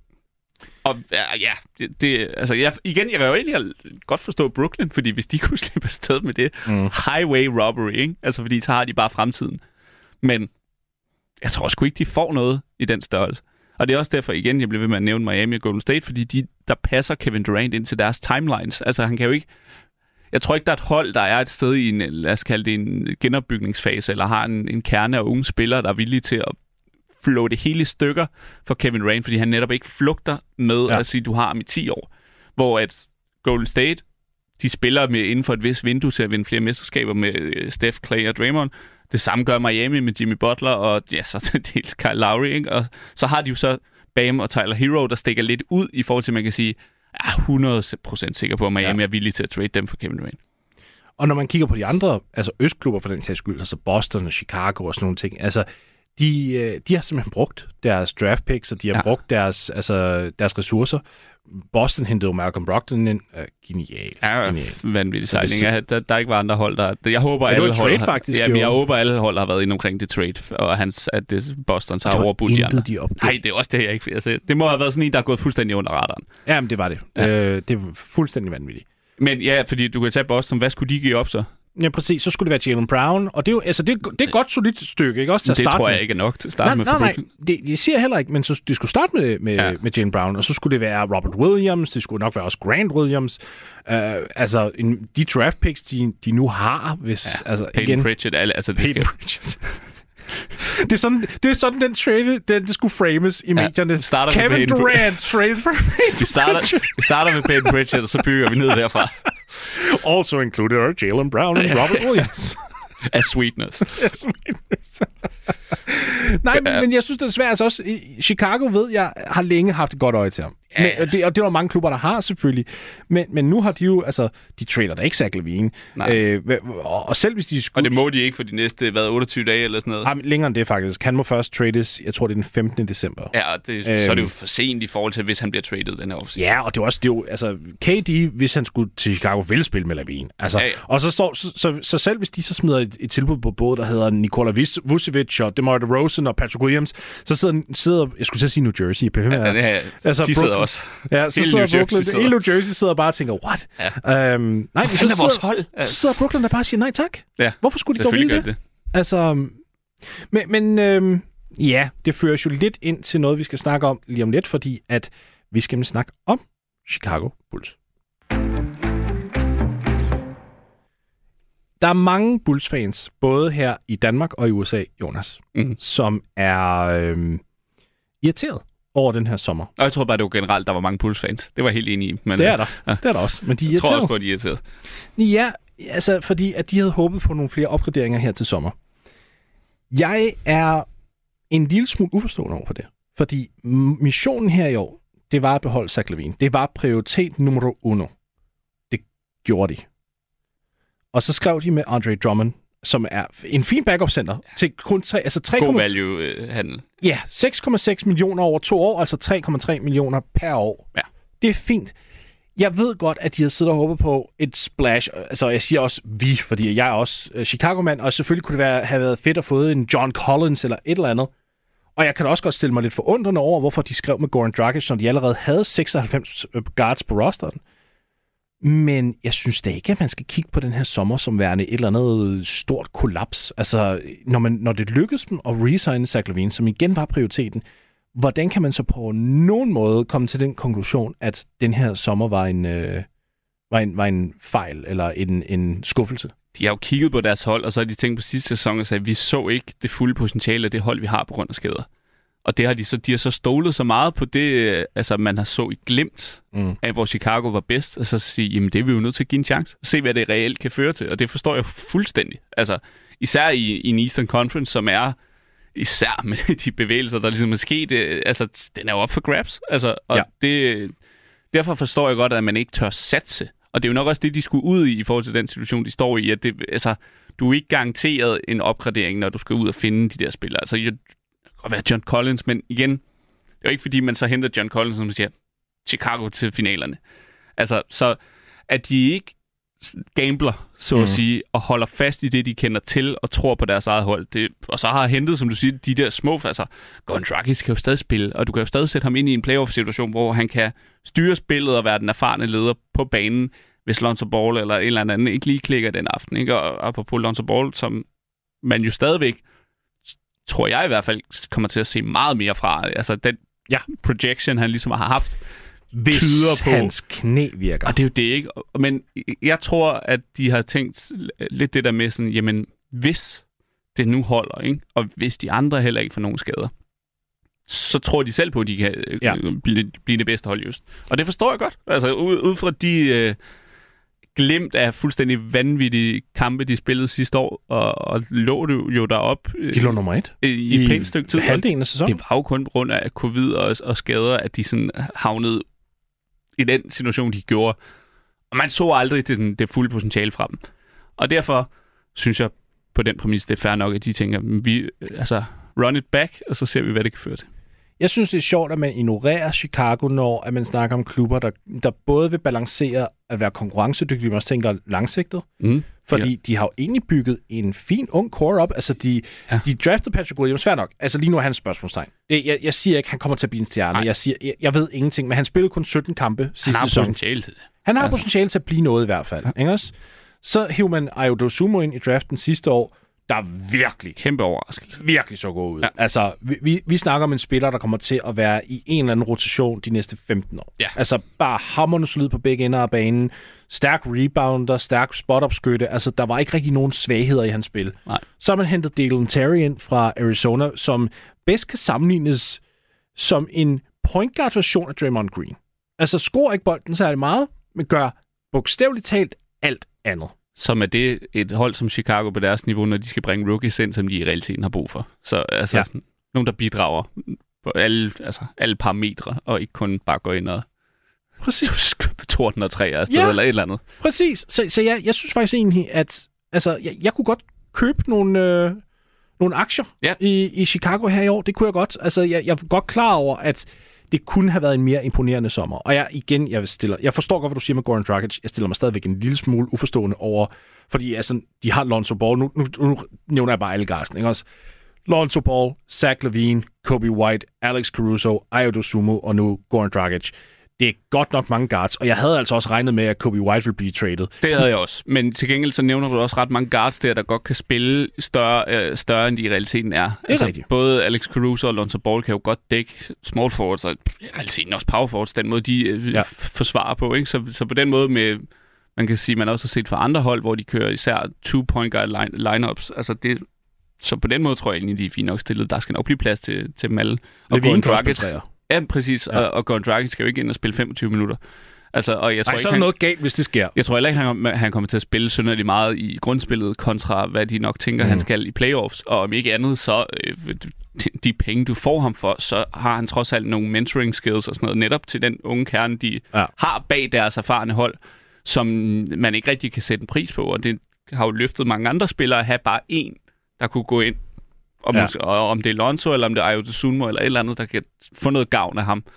Og ja, altså jeg kan jo egentlig godt forstå Brooklyn, fordi hvis de kunne slippe afsted med det, highway robbery, ikke? Altså fordi så har de bare fremtiden. Men jeg tror sgu ikke, de får noget i den størrelse. Og det er også derfor, igen, jeg bliver ved med at nævne Miami og Golden State, fordi der passer Kevin Durant ind til deres timelines. Altså, han kan jo ikke... Jeg tror ikke, der er et hold, der er et sted i en, lad os kalde det en genopbygningsfase, eller har en kerne af unge spillere, der er villige til at flå det hele i stykker for Kevin Durant, fordi han netop ikke flugter med at sige, du har ham i 10 år. Hvor at Golden State, de spiller med inden for et vist vindue til at vinde flere mesterskaber med Steph, Clay og Draymond. Det samme gør Miami med Jimmy Butler og så dels Kyle Lowry, ikke? Og så har de jo så Bam og Tyler Hero, der stikker lidt ud i forhold til, at man kan sige, 100% sikker på, at Miami er villig til at trade dem for Kevin Durant. Og når man kigger på de andre, altså østklubber for den sags skyld, altså Boston og Chicago og sådan nogle ting, altså de har simpelthen brugt deres draft picks, og de har brugt deres ressourcer. Boston hentede jo Malcolm Brogdon ind. Genial. Vanvittig sejling. Der ikke var andre hold, der... Jeg håber, alle hold faktisk. Jeg håber, alle hold har været inde omkring det trade, og at det Boston har overbudt de andre. Nej, det er også det, jeg ikke... Altså, det må have været sådan en, der er gået fuldstændig under radaren. Jamen, det var det. Ja. Det var fuldstændig vanvittigt. Men ja, fordi du kan tage Boston. Hvad skulle de give op så? Ja, præcis. Så skulle det være Jaylen Brown, og det er jo det er et godt solidt stykke, ikke også til at starte med. Det tror jeg ikke er nok til at starte med. Nej, det siger heller ikke, men så de skulle starte med Jaylen Brown, og så skulle det være Robert Williams, det skulle nok være også Grant Williams. Altså de draft picks de nu har, hvis altså Peyton Pritchard, Peyton Pritchard. Det er sådan den trade, den skulle frames i medierne. Kevin Durant trade for Peyton Pritchard. Vi starter med Peyton Pritchard, og så bygger vi ned derfra. Also included are Jaylen Brown and Robert Williams. As sweetness. Nej, men jeg synes, det er svært. Altså også, Chicago ved jeg har længe haft et godt øje til ham. Og det er der mange klubber, der har selvfølgelig. Men nu har de jo, altså, de trader da ikke Zach LaVine. Og selv hvis de skulle... Og det må de ikke for de næste, 28 dage eller sådan noget? Nej, længere end det faktisk. Han må først trades, jeg tror det er den 15. december. Ja, så er det jo for sent i forhold til, hvis han bliver traded den her offseason. Ja, og det er også, altså, KD, hvis han skulle til Chicago, vil spille med LaVine. Altså, og så selv hvis de så smider et tilbud på både, der hedder Nikola Vucevic og DeMar DeRozan og Patrick Williams, så sidder jeg skulle til at sige New Jersey. De sidder også. Ja, så sidder Brooklyn. Hele New Jersey sidder bare og tænker, what? Ja. Nej, så vores hold. Så sidder Brooklyn der bare og siger, nej tak. Ja, hvorfor skulle de dog ville det? Altså, men ja, det fører jo lidt ind til noget, vi skal snakke om lige om lidt, fordi at vi skal snakke om Chicago Bulls. Der er mange Bulls-fans, både her i Danmark og i USA, Jonas, som er irriteret over den her sommer. Og jeg tror bare, det var generelt, der var mange Bulls-fans. Det var jeg helt enig i. Men, det er der. Ja. Det er der også. Men de er irriteret. Jeg tror også på, at de er irriteret. Ja, altså fordi at de havde håbet på nogle flere opgraderinger her til sommer. Jeg er en lille smule uforstående over for det. Fordi missionen her i år, det var at beholde Zach LaVine. Det var prioritet nummer 1. Det gjorde de. Og så skrev de med Andre Drummond, som er en fin backup-center til kun 3... Altså god value-handel. Ja, 6,6 millioner over 2 år, altså 3,3 millioner per år. Ja. Det er fint. Jeg ved godt, at de har siddet og håbet på et splash. Altså, jeg siger også vi, fordi jeg er også Chicago-mand, og selvfølgelig kunne det have været fedt at få en John Collins eller et eller andet. Og jeg kan også godt stille mig lidt forundrende over, hvorfor de skrev med Goran Dragic, når de allerede havde 96 guards på rosteren. Men jeg synes da ikke, at man skal kigge på den her sommer som værende et eller andet stort kollaps. Altså, når det lykkedes dem at re-signe Zach LaVine, som igen var prioriteten, hvordan kan man så på nogen måde komme til den konklusion, at den her sommer var en fejl eller en skuffelse? de har jo kigget på deres hold, og så har de tænkt på sidste sæson og sagt, vi så ikke det fulde potentiale af det hold, vi har på grund af skader. Og det har de har så stolet så meget på det, altså man har så i glimt af, hvor Chicago var bedst, og så sige, jamen det er vi jo nødt til at give en chance. Se, hvad det reelt kan føre til, og det forstår jeg fuldstændig. Altså, især i en Eastern Conference, som er især med de bevægelser, der ligesom er sket, altså den er jo op for grabs. Altså, og derfor forstår jeg godt, at man ikke tør satse. Og det er jo nok også det, de skulle ud i forhold til den situation, de står i, at det, altså, du er ikke garanteret en opgradering, når du skal ud og finde de der spillere. Altså, det kan være John Collins, men igen, det er jo ikke fordi, man så henter John Collins, som siger, Chicago til finalerne. Altså, så at de ikke gambler, så at sige, og holder fast i det, de kender til, og tror på deres eget hold. Og så har hentet, som du siger, de der små, altså, Goran Dragic kan jo stadig spille, og du kan jo stadig sætte ham ind i en playoff-situation, hvor han kan styre spillet og være den erfarne leder på banen, hvis Lonzo Ball eller en eller anden ikke lige klikker den aften. Ikke? Og apropos Lonzo Ball, som man jo stadigvæk, tror jeg i hvert fald, kommer til at se meget mere fra. Altså den projection, han ligesom har haft, hvis tyder på hans knæ virker. Og det er jo det, ikke? Men jeg tror, at de har tænkt lidt det der med sådan, jamen, hvis det nu holder, ikke? Og hvis de andre heller ikke får nogen skader, så tror de selv på, at de kan blive det bedste hold i øst. Og det forstår jeg godt. Altså, ud fra de glimt af fuldstændig vanvittige kampe, de spillede sidste år, og lå det jo derop. De lå nummer 1 i et pænt stykke tid. Halvdelen af sæsonen. Det var jo kun på grund af covid og skader, at de sådan havnede i den situation, de gjorde. Og man så aldrig det fulde potentiale fra dem. Og derfor synes jeg på den præmis, det er fair nok, at de tænker, run it back, og så ser vi, hvad det kan føre til. Jeg synes, det er sjovt, at man ignorerer Chicago, når at man snakker om klubber, der både vil balancere at være konkurrencedygtige, men også tænker langsigtet. Fordi de har jo egentlig bygget en fin ung core op. Altså, de draftede Patrick Williams, svært nok. Altså, lige nu er han spørgsmålstegn. Jeg siger ikke, han kommer til at blive en stjerne. Jeg ved ingenting, men han spillede kun 17 kampe sidste sæson. Han har potentiale til at blive noget i hvert fald. Ja. Så hiver man Ayo Dosunmu ind i draften sidste år, der virkelig kæmpe overraskelse. Virkelig så god ud. Ja. Altså, vi snakker om en spiller, der kommer til at være i en eller anden rotation de næste 15 år. Ja. Altså, bare hamrende solid på begge ender af banen. Stærk rebounder, stærk spot-up-skytte. Altså, der var ikke rigtig nogen svagheder i hans spil. Nej. Så har man hentet Dalen Terry ind fra Arizona, som bedst kan sammenlignes som en point guard-version af Draymond Green. Altså, scorer ikke bolden særlig meget, men gør bogstaveligt talt alt andet. Som er det et hold som Chicago på deres niveau, når de skal bringe rookies ind, som de i realiteten har brug for. Så altså sådan, nogen, der bidrager på alle parametre, og ikke kun bare går ind og tordner træer afsted eller et eller andet. Præcis. Så jeg synes faktisk egentlig, at altså, jeg kunne godt købe nogle aktier i Chicago her i år. Det kunne jeg godt. Altså, jeg er godt klar over, at det kunne have været en mere imponerende sommer. Og jeg forstår godt, hvad du siger med Goran Dragic. Jeg stiller mig stadigvæk en lille smule uforstående over, fordi altså, de har Lonzo Ball. Nu nævner jeg bare alle garsen, ikke også? Lonzo Ball, Zach LaVine, Kobe White, Alex Caruso, Ayo Dosunmu og nu Goran Dragic. Det er godt nok mange guards, og jeg havde altså også regnet med, at Kobe White ville blive traded. Det havde jeg også. Men til gengæld så nævner du også ret mange guards der godt kan spille større end de i realiteten er. Det er rigtigt. Både Alex Caruso og Lonzo Ball kan jo godt dække small forwards, og i realiteten også power forwards, den måde de forsvarer på. Ikke? Så på den måde med, man kan sige, man også har set fra andre hold, hvor de kører især 2-point guard lineups. Altså det, så på den måde tror jeg egentlig, de er fint nok stillet. Der skal nok blive plads til dem alle. Og Goran Dragic. Ja, præcis. Ja. Og Goran Dragic skal jo ikke ind og spille 25 minutter. Altså, og jeg tror så er der noget galt, hvis det sker. Jeg tror heller ikke, han kommer til at spille synderligt meget i grundspillet, kontra hvad de nok tænker, han skal i playoffs. Og om ikke andet, så de penge, du får ham for, så har han trods alt nogle mentoring skills og sådan noget, netop til den unge kerne, de har bag deres erfarne hold, som man ikke rigtig kan sætte en pris på. Og det har jo løftet mange andre spillere at have bare en, der kunne gå ind. Om det er Lonzo, eller om det er Ayo Dosunmu, eller et eller andet, der kan få noget gavn af ham.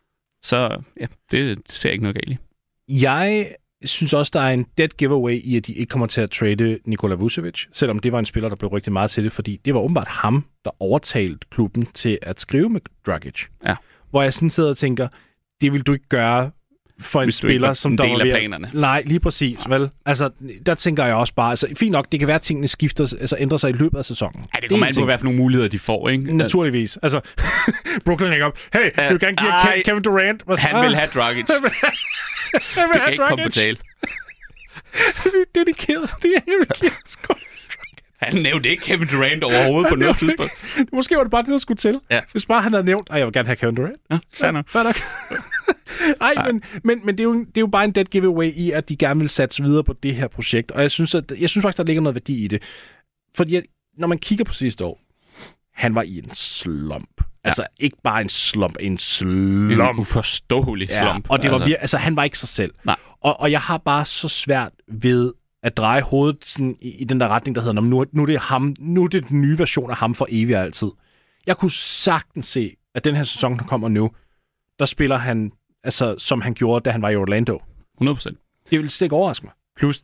Så ja, det ser jeg ikke noget galt i. Jeg synes også, der er en dead giveaway i, at de ikke kommer til at trade Nikola Vucevic, selvom det var en spiller, der blev rygtet meget til det, fordi det var åbenbart ham, der overtalte klubben til at skrive med Dragic. Ja. Hvor jeg sådan sidder og tænker, det vil du ikke gøre for en spiller, som der var ved planerne. Nej, lige præcis, vel? Altså, der tænker jeg også bare, altså, fint nok, det kan være, at tingene skifter, altså ændrer sig i løbet af sæsonen. Ja, det kommer an på, hvad for nogle muligheder de får, ikke? Naturligvis. Altså, Brooklyn hænger op. Hey, du kan give Kevin Durant. Han vil have Dragic. Det kan ikke komme på tale. dedikeret, fordi jeg vil give Han nævnte ikke Kevin Durant overhovedet på noget tidspunkt. Måske var det bare det, der skulle til. Ja. Hvis bare han havde nævnt, at jeg vil gerne have Kevin Durant. Ja, fair nok. Ej, men det er jo bare en dead giveaway i, at de gerne vil satse videre på det her projekt. Og jeg synes faktisk, der ligger noget værdi i det. Fordi når man kigger på sidste år, han var i en slump. Ja. Altså ikke bare en slump, en slump. En uforståelig slump. Og det var han var ikke sig selv. Nej. Og jeg har bare så svært ved at dreje hovedet sådan i den der retning, der hedder, nu er det ham, nu er det den nye version af ham for evigt og altid. Jeg kunne sagtens se, at den her sæson, der kommer nu, der spiller han, altså, som han gjorde, da han var i Orlando. 100%. Det vil slet ikke overraske mig. Plus,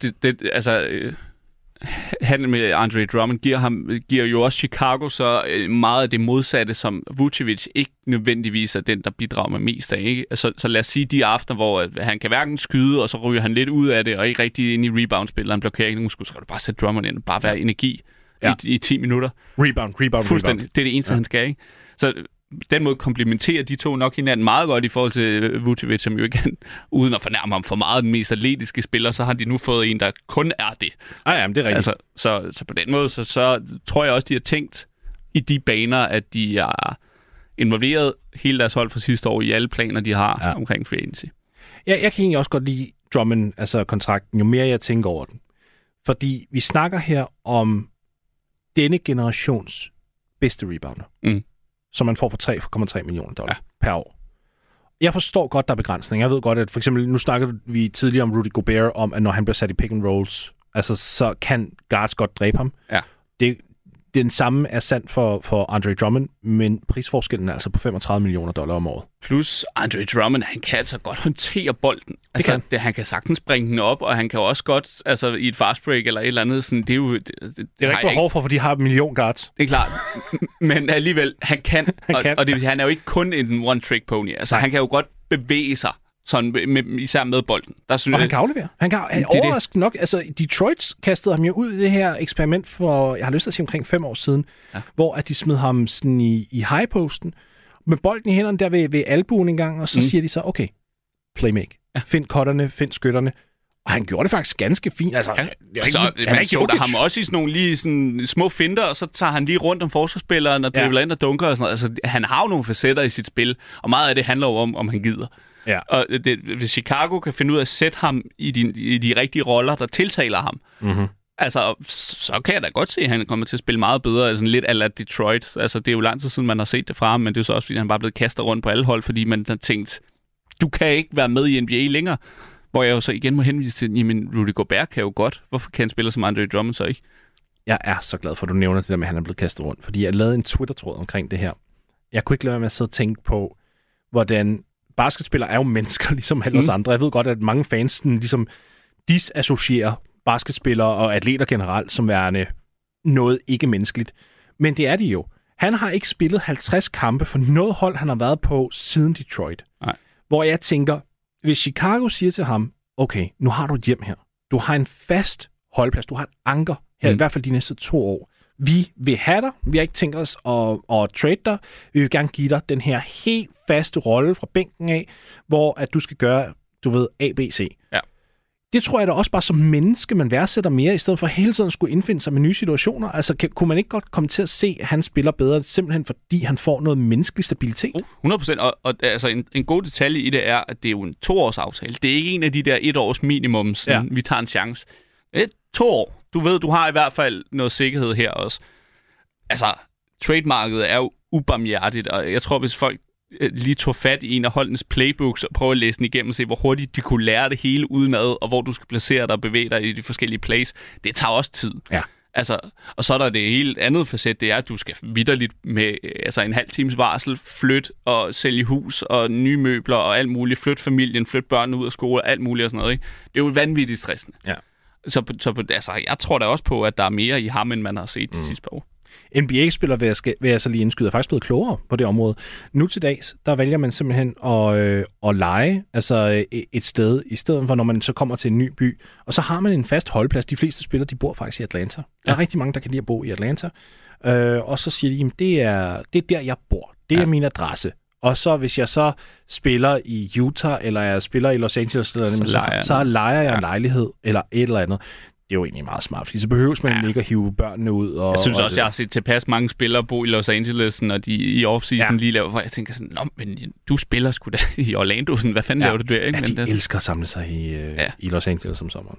handel med Andre Drummond giver jo også Chicago så meget af det modsatte, som Vucevic ikke nødvendigvis er den, der bidrager med mest af. Ikke? Så lad os sige de aftener, hvor han kan hverken skyde, og så ryger han lidt ud af det, og ikke rigtig ind i rebound-spil, han blokerer ikke nogen skud, så skal du bare sætte Drummond ind, bare være energi i 10 minutter. Rebound. Det er det eneste, han skal, ikke? Så den måde komplementerer de to nok hinanden meget godt i forhold til Vucevic, som jo igen, uden at fornærme ham for meget, den mest atletiske spiller, så har de nu fået en, der kun er det. Ja, men det er rigtigt. Altså, så på den måde, så tror jeg også, de har tænkt i de baner, at de er involveret hele deres hold fra sidste år i alle planer, de har omkring free agency. Ja, jeg kan egentlig også godt lide Drummond, altså kontrakten, jo mere jeg tænker over den. Fordi vi snakker her om denne generations bedste rebounder. Som man får for $3,3 millioner per år. Jeg forstår godt, der er begrænsninger. Jeg ved godt, at for eksempel, nu snakkede vi tidligere om Rudy Gobert, om at når han bliver sat i pick and rolls, altså så kan guards godt dræbe ham. Ja. Den samme er sandt for Andre Drummond, men prisforskellen er altså på $35 millioner om året. Plus Andre Drummond, han kan altså godt håndtere bolden. Altså, han kan sagtens bringe den op, og han kan også godt, altså i et fast break eller et eller andet, sådan, det er jo... Det er ikke behov for de har 1 million guards. Det er klart. Men alligevel, han kan. Og det, han er jo ikke kun en one-trick pony. Altså, han kan jo godt bevæge sig. Sådan, især med bolden. Han kan aflevere. Han kan overraskende nok. Altså, Detroit kastede ham jo ud i det her eksperiment for, jeg har lyst til at sige omkring 5 år siden, hvor at de smed ham sådan i high-posten, med bolden i hænderne der ved albuen en gang, og så siger de så, okay, playmake. Ja. Find cutterne, find skytterne. Og han gjorde det faktisk ganske fint. Altså, man så der ham også i sådan nogle lige sådan små finter, og så tager han lige rundt om forsvarsspilleren, og dribler ind og dunker og sådan noget. Altså, han har jo nogle facetter i sit spil, og meget af det handler jo om han gider. Ja. Og hvis Chicago kan finde ud af at sætte ham i de rigtige roller, der tiltaler ham, altså, så kan jeg da godt se, at han kommer til at spille meget bedre, altså lidt a la Detroit. Altså, det er jo lang tid siden, man har set det fra ham, men det er jo så også, fordi han bare er blevet kastet rundt på alle hold, fordi man har tænkt, du kan ikke være med i NBA længere. Hvor jeg jo så igen må henvise til, jamen, Rudy Gobert kan jo godt. Hvorfor kan han spille som Andre Drummond så ikke? Jeg er så glad for, at du nævner det der med, at han er blevet kastet rundt, fordi jeg lavede en Twitter-tråd omkring det her. Jeg kunne ikke lade være med at sidde og tænke på, hvordan basketspillere er jo mennesker, ligesom alle os andre. Jeg ved godt, at mange fans ligesom disassocierer basketspillere og atleter generelt som værende noget ikke menneskeligt. Men det er de jo. Han har ikke spillet 50 kampe for noget hold, han har været på siden Detroit. Nej. Hvor jeg tænker, hvis Chicago siger til ham, okay, nu har du et hjem her. Du har en fast holdplads. Du har et anker her, i hvert fald de næste 2 år. Vi vil have dig. Vi har ikke tænkt os at trade dig. Vi vil gerne give dig den her helt faste rolle fra bænken af, hvor at du skal gøre, du ved, A, B, C. Ja. Det tror jeg da også bare som menneske, man værdsætter mere, i stedet for hele tiden at skulle indfinde sig med nye situationer. Altså, kunne man ikke godt komme til at se, at han spiller bedre, simpelthen fordi han får noget menneskelig stabilitet? 100%. Og altså, en god detalje i det er, at det er jo en 2-års-aftale. Det er ikke en af de der 1-års minimums, vi tager en chance. 2 år. Du ved, du har i hvert fald noget sikkerhed her også. Altså, trademarkedet er jo ubarmhjertigt, og jeg tror, hvis folk lige tog fat i en af holdenes playbooks og prøve at læse den igennem og se, hvor hurtigt de kunne lære det hele udenad, og hvor du skal placere dig og bevæge dig i de forskellige plays. Det tager også tid. Ja. Altså, og så er der det helt andet facet, det er, at du skal vitterligt med en halv times varsel flytte og sælge hus og nye møbler og alt muligt. Flytte familien, flytte børnene ud af skole, alt muligt og sådan noget. Ikke? Det er jo vanvittigt stressende. Ja. Så jeg tror da også på, at der er mere i ham, end man har set de sidste par år. NBA-spillere vil jeg så lige indskyde, er faktisk blevet klogere på det område. Nu til dags, der vælger man simpelthen at lege altså et sted, i stedet for når man så kommer til en ny by, og så har man en fast holdplads. De fleste spillere, de bor faktisk i Atlanta. Der er rigtig mange, der kan lide at bo i Atlanta. Og så siger de, det er der, jeg bor. Det er min adresse. Og så hvis jeg så spiller i Utah, eller jeg spiller i Los Angeles, så lejer jeg en lejlighed, eller et eller andet. Det er jo egentlig meget smart, fordi så behøves man ikke at hive børnene ud. Og, jeg synes også, jeg har set tilpas mange spillere bo i Los Angeles, når de i off-season lige laver, hvor jeg tænker sådan, men du spiller sgu da i Orlando, sådan, hvad fanden laver du der? Ikke? Ja, de elsker at samle sig i Los Angeles om sommeren.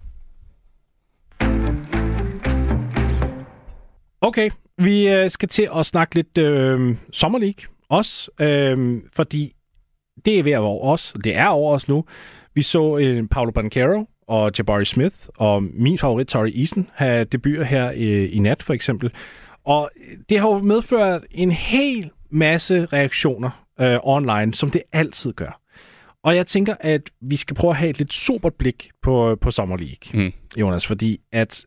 Okay, vi skal til at snakke lidt Summer League også, fordi det er ved at over os. Det er over os nu. Vi så Paolo Banchero og Jabari Smith og min favorit Tari Eason have debuter her i nat for eksempel. Og det har jo medført en hel masse reaktioner online, som det altid gør. Og jeg tænker, at vi skal prøve at have et lidt sobert blik på Summer League, Jonas, fordi at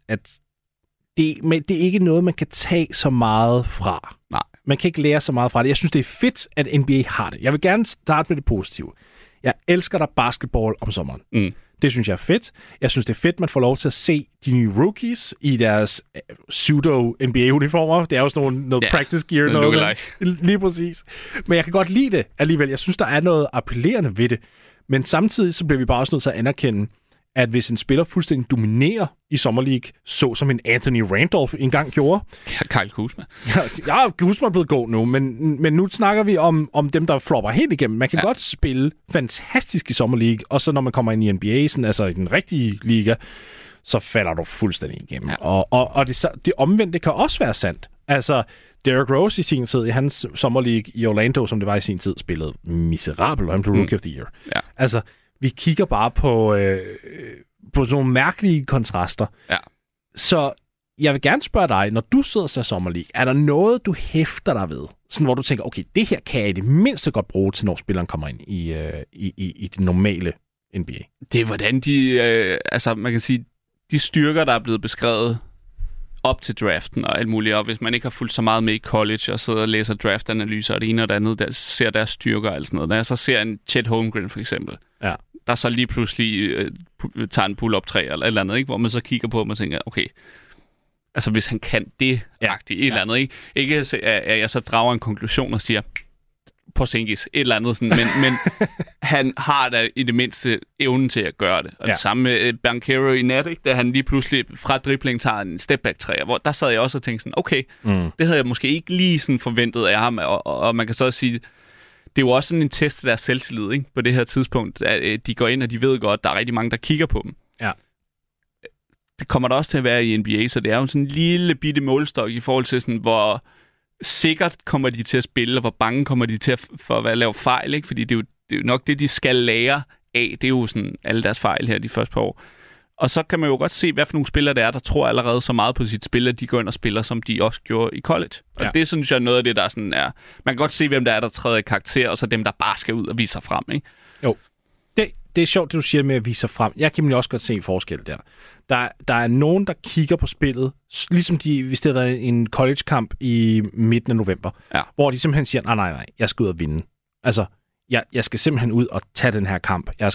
det er ikke noget, man kan tage så meget fra. Nej. Man kan ikke lære så meget fra det. Jeg synes, det er fedt, at NBA har det. Jeg vil gerne starte med det positive. Jeg elsker der basketball om sommeren. Det synes jeg er fedt. Jeg synes, det er fedt, man får lov til at se de nye rookies i deres pseudo-NBA-uniformer. Det er jo sådan noget practice gear. Noget lige præcis. Men jeg kan godt lide det alligevel. Jeg synes, der er noget appellerende ved det. Men samtidig så bliver vi bare også nødt til at anerkende, at hvis en spiller fuldstændig dominerer i Summer League, så som en Anthony Randolph engang gjorde. Ja, Kyle Kuzma. Ja, Kuzma er blevet god nu, men nu snakker vi om dem, der flopper helt igennem. Man kan godt spille fantastisk i Summer League, og så når man kommer ind i NBA, sådan, altså i den rigtige liga, så falder du fuldstændig igennem. Ja. Og det omvendte kan også være sandt. Altså, Derrick Rose i sin tid, i hans Summer League i Orlando, som det var i sin tid, spillede miserabel, og han blev Rookie of the Year. Ja. Altså, vi kigger bare på sådan nogle mærkelige kontraster. Ja. Så jeg vil gerne spørge dig, når du sidder og ser Summer League, er der noget, du hæfter dig ved? Sådan, hvor du tænker, okay, det her kan jeg i det mindste godt bruge til, når spilleren kommer ind i det normale NBA. Det er, hvordan man kan sige, de styrker, der er blevet beskrevet op til draften og alt muligt, og hvis man ikke har fulgt så meget med i college og sidder og læser draftanalyser og det ene og det andet, der ser deres styrker og alt sådan noget. Når jeg så ser en Chet Holmgren for eksempel, der så lige pludselig tager en pull-up 3 eller et eller andet, ikke? Hvor man så kigger på, og man tænker, okay, altså hvis han kan det-agtigt, et eller andet, ikke at jeg så drager en konklusion og siger, Porzingis, et eller andet sådan, men han har da i det mindste evnen til at gøre det. Og det samme med Banchero i nat, ikke? Da han lige pludselig fra dribling tager en step-back-træer, hvor der sad jeg også og tænkte sådan, okay, det havde jeg måske ikke lige sådan forventet af ham, og man kan så sige, det er jo også sådan en test af deres selvtillid, ikke? På det her tidspunkt, at de går ind, og de ved godt, at der er rigtig mange, der kigger på dem. Ja. Det kommer der også til at være i NBA, så det er jo sådan en lille bitte målestok i forhold til sådan, hvor sikkert kommer de til at spille, og hvor bange kommer de til at lave fejl, ikke? Fordi det er jo nok det, de skal lære af. Det er jo sådan alle deres fejl her de første par år. Og så kan man jo godt se, hvad for nogle spillere det er, der tror allerede så meget på sit spil, at de går ind og spiller, som de også gjorde i college. Og det synes jeg er noget af det, der sådan er... Man kan godt se, hvem der træder i karakter, og så dem, der bare skal ud og vise sig frem, ikke? Jo. Det er sjovt, det du siger med at vise sig frem. Jeg kan også godt se forskel der. Der er nogen, der kigger på spillet, ligesom hvis det har været en college-kamp i midten af november, hvor de simpelthen siger, nej, jeg skal ud og vinde. Altså, jeg skal simpelthen ud og tage den her kamp. Jeg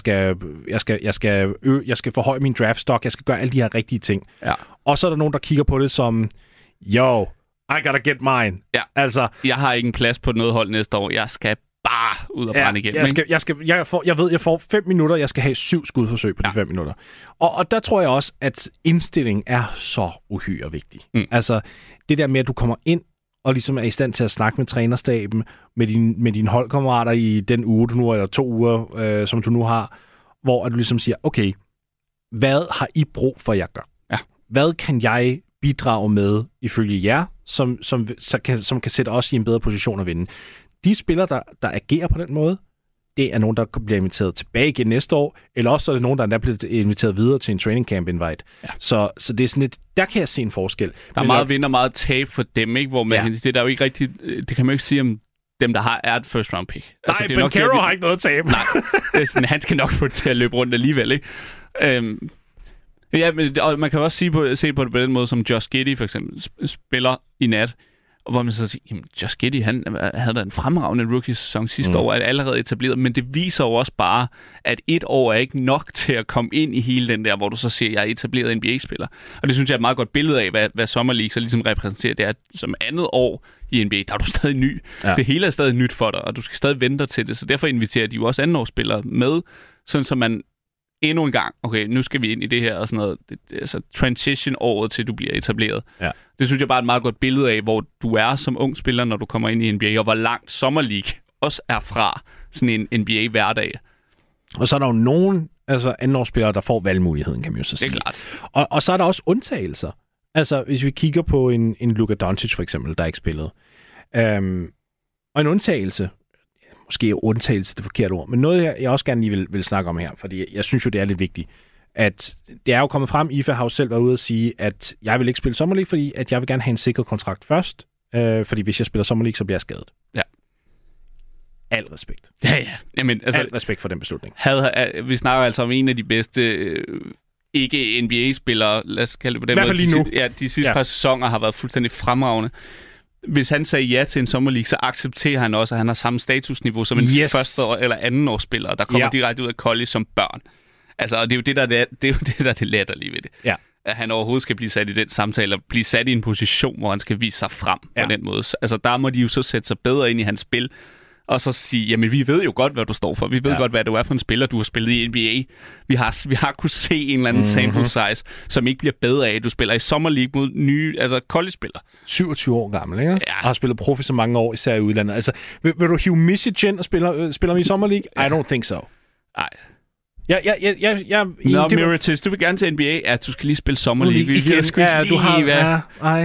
skal forhøje min draft-stock, jeg skal gøre alle de her rigtige ting. Ja. Og så er der nogen, der kigger på det som, I gotta get mine. Ja. Altså, jeg har ikke en plads på noget hold næste år. Jeg skal bare ud og brænde igen. Jeg får 5 minutter, jeg skal have 7 skudforsøg på de 5 minutter. Og der tror jeg også, at indstillingen er så uhyre vigtig. Altså, det der med, at du kommer ind og ligesom er i stand til at snakke med trænerstaben, med dine holdkammerater i den uge, du nu har, eller 2 uger, som du nu har, hvor du ligesom siger, okay, hvad har I brug for, jeg gør? Ja. Hvad kan jeg bidrage med ifølge jer, som kan sætte os i en bedre position at vinde? De spillere, der agerer på den måde, det er nogen, der bliver inviteret tilbage igen næste år, eller også er det nogen, der er blevet inviteret videre til en training camp invite. Ja. Så det er sådan lidt, der kan jeg se en forskel. Der er meget vind og meget tab for dem, ikke? Hvor man, det er jo ikke rigtigt, det kan man jo ikke sige om dem, der er et first round pick. Nej, altså, Banchero har ikke noget at tabe. Nej, det er sådan, han skal nok få det til at løbe rundt alligevel, ikke? Men man kan også se på det på den måde, som Josh Giddey for eksempel spiller i nat. Og hvor man så siger, jamen Josh Giddey, han havde da en fremragende rookie-sæson sidste år, er allerede etableret, men det viser jo også bare, at 1 år er ikke nok til at komme ind i hele den der, hvor du så siger, at jeg er etableret NBA-spiller. Og det synes jeg er et meget godt billede af, hvad Summer League så ligesom repræsenterer. Det er, at som andet år i NBA, der er du stadig ny. Ja. Det hele er stadig nyt for dig, og du skal stadig vente til det. Så derfor inviterer de jo også andenårsspillere med, sådan så man endnu en gang, okay, nu skal vi ind i det her og sådan noget, altså transition-året til du bliver etableret. Ja. Det synes jeg bare er et meget godt billede af, hvor du er som ung spiller, når du kommer ind i NBA, og hvor langt Summer League også er fra sådan en NBA-hverdag. Og så er der jo nogen andenårsspillere, der får valgmuligheden, kan man jo så sige. Det er klart. Og så er der også undtagelser. Altså, hvis vi kigger på en Luka Doncic for eksempel, der ikke spillede. Og en undtagelse, måske undtagelse det forkerte ord, men noget, jeg også gerne lige vil snakke om her, fordi jeg synes jo, det er lidt vigtigt, at det er jo kommet frem, IFA har jo selv været ude at sige, at jeg vil ikke spille Summer League, fordi at jeg vil gerne have en sikret kontrakt først, fordi hvis jeg spiller Summer League, så bliver jeg skadet. Ja. Al respekt. Ja. Jamen, altså, al respekt for den beslutning. Vi snakker altså om en af de bedste ikke NBA-spillere, lad os kalde det på den måde. Lige nu. De sidste par sæsoner har været fuldstændig fremragende. Hvis han sagde ja til en Summer League, så accepterer han også, at han har samme statusniveau som en første år eller andenårsspiller, der kommer direkte ud af college som børn. Altså, og det er jo det, der er det latterlige ved det. Ja. At han overhovedet skal blive sat i den samtale, og blive sat i en position, hvor han skal vise sig frem på den måde. Altså, der må de jo så sætte sig bedre ind i hans spil, og så sige, jamen, vi ved jo godt, hvad du står for. Vi ved godt, hvad du er for en spiller, du har spillet i NBA. Vi har kunnet se en eller anden sample size, som ikke bliver bedre af. Du spiller i Summer League mod nye, altså college-spillere. 27 år gammel, ikke? Ja. Og har spillet profi så mange år, især i udlandet. Altså, vil du hive Misic ind og spiller i Summer League? I don't think so. Nej. Nå, Miritis, du vil gerne til NBA? Ja, du skal lige spille Summer League.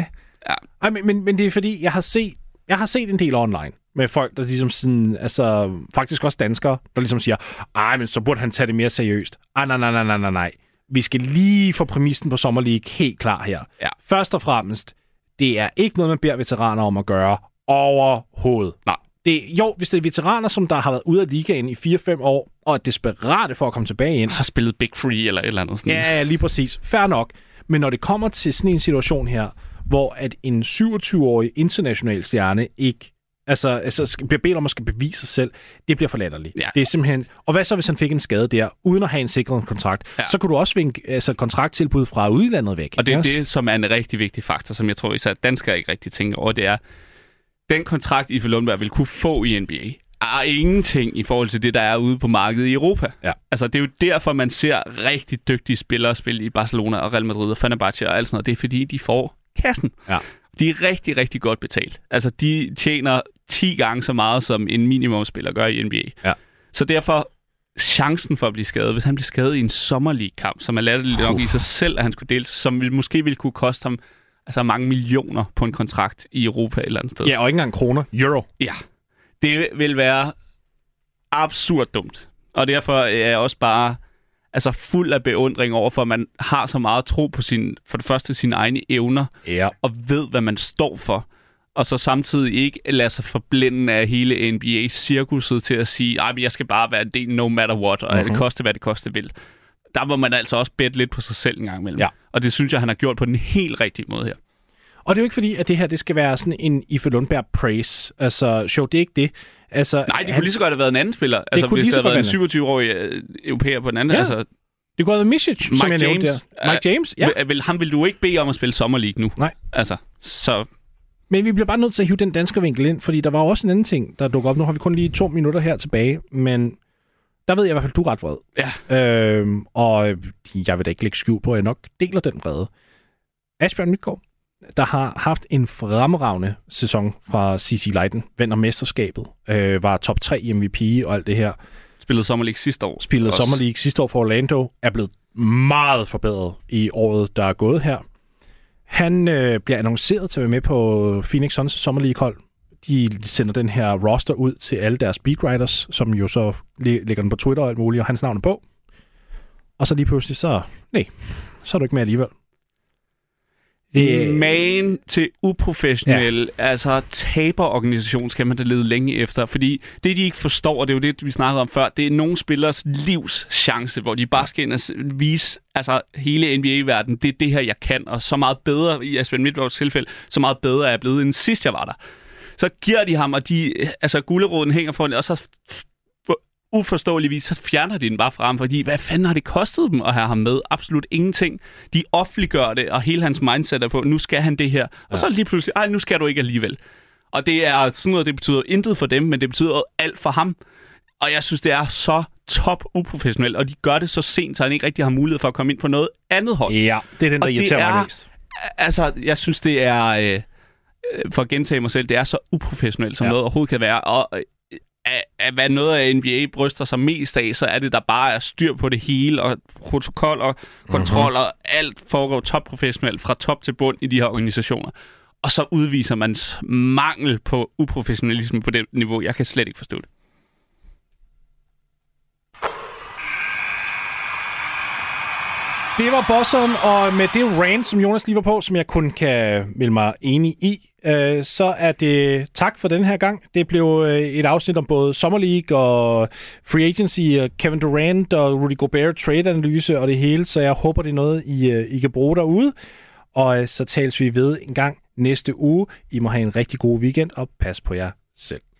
Men det er fordi, jeg har set en del online med folk, der ligesom sådan, altså faktisk også danskere, der ligesom siger, men så burde han tage det mere seriøst. Nej. Vi skal lige få præmissen på Summer League helt klar her. Ja. Først og fremmest, det er ikke noget, man beder veteraner om at gøre overhovedet. Nej. Hvis det er veteraner, som der har været ude af ligaen i 4-5 år, og er desperate for at komme tilbage ind. Har spillet Big Free eller et eller andet sådan. Ja, lige præcis. Fair nok. Men når det kommer til sådan en situation her, hvor at en 27-årig international stjerne ikke bliver bedt om at skal bevise sig selv, det bliver for latterligt. Ja. Det er simpelthen. Og hvad så, hvis han fik en skade der, uden at have en sikret kontrakt? Ja. Så kunne du også vinke kontrakttilbud fra udlandet væk. Og det er det, som er en rigtig vigtig faktor, som jeg tror især danskere ikke rigtig tænker over, det er, den kontrakt, Ife Lundberg vil kunne få i NBA, er ingenting i forhold til det, der er ude på markedet i Europa. Ja. Altså, det er jo derfor, man ser rigtig dygtige spillere spille i Barcelona og Real Madrid og Fenerbahce og alt sådan noget. Det er fordi, de får kassen. Ja. De er rigtig, rigtig godt betalt. Altså, de tjener 10 gange så meget, som en minimumspiller gør i NBA. Ja. Så derfor, chancen for at blive skadet, hvis han bliver skadet i en Summer League-kamp, som er latterligt nok i sig selv, at han skulle dele, som måske ville kunne koste ham mange millioner på en kontrakt i Europa eller andet sted. Ja, og ikke engang kroner. Euro. Ja. Det vil være absurd dumt. Og derfor er jeg også bare fuld af beundring over, for at man har så meget tro på for det første sine egne evner, og ved, hvad man står for. Og så samtidig ikke lade sig forblinde af hele NBA-cirkuset til at sige, jeg skal bare være en del no matter what, og det koste, hvad det koste vil. Der må man altså også bette lidt på sig selv en gang imellem. Ja. Og det synes jeg, han har gjort på den helt rigtige måde her. Og det er jo ikke fordi, at det her det skal være sådan en Ife Lundberg praise. Altså, show, det er ikke det. Altså, nej, det kunne lige så godt have været en anden spiller. Altså, hvis der havde været en 27-årig europæer på den anden. Ja. Altså, det kunne have været Misic, som jeg nævnte der. Mike James, ja. Ham vil du ikke bede om at spille Summer League nu. Nej. Altså, så. Men vi bliver bare nødt til at hive den danske vinkel ind, fordi der var også en anden ting, der dukker op. Nu har vi kun lige 2 minutter her tilbage, men der ved jeg i hvert fald, du er ret vred. Ja. Og jeg vil da ikke lægge skjul på, at jeg nok deler den vrede. Asbjørn Midtgaard, der har haft en fremragende sæson fra CC Leiden, vinder mesterskabet, var top 3 i MVP og alt det her. Spillede Summer League sidste år. Summer League sidste år for Orlando, er blevet meget forbedret i året, der er gået her. Han bliver annonceret til at være med på Phoenix Suns Summer League-hold. De sender den her roster ud til alle deres beatwriters, som jo så lægger den på Twitter og alt muligt, og hans navn er på. Og så lige pludselig, så er du ikke med alligevel. Man til uprofessionel, altså taberorganisation skal man da lede længe efter, fordi det, de ikke forstår, og det er jo det, vi snakkede om før, det er nogle spillers livs chance, hvor de bare skal ind og vise altså hele NBA-verdenen, det er det her, jeg kan, og så meget bedre, i Asbjørn Midtgaards tilfælde, så meget bedre er jeg blevet, end sidst jeg var der. Så giver de ham, og guleroden hænger foran, og så uforståeligvis, så fjerner de den bare fra ham, fordi hvad fanden har det kostet dem at have ham med? Absolut ingenting. De offentliggør det, og hele hans mindset er på, nu skal han det her. Og så lige pludselig, nu skal du ikke alligevel. Og det er sådan noget, det betyder intet for dem, men det betyder alt for ham. Og jeg synes, det er så top uprofessionelt, og de gør det så sent, så han ikke rigtig har mulighed for at komme ind på noget andet hold. Ja, det er den, der irriterer mig mest. Altså, jeg synes, det er, for at gentage mig selv, det er så uprofessionelt, som noget overhovedet kan være. Og hvad noget af NBA bryster sig mest af, så er det, der bare er styr på det hele, og protokol og kontrol, og alt foregår topprofessionelt fra top til bund i de her organisationer. Og så udviser man mangel på uprofessionalisme på det niveau. Jeg kan slet ikke forstå det. Det var bosseren, og med det rant, som Jonas lige var på, som jeg kun kan melde mig enig i, så er det tak for den her gang. Det blev et afsnit om både Summer League og Free Agency, og Kevin Durant og Rudy Gobert trade-analyse og det hele, så jeg håber, det er noget, I kan bruge derude. Og så tales vi ved en gang næste uge. I må have en rigtig god weekend, og pas på jer selv.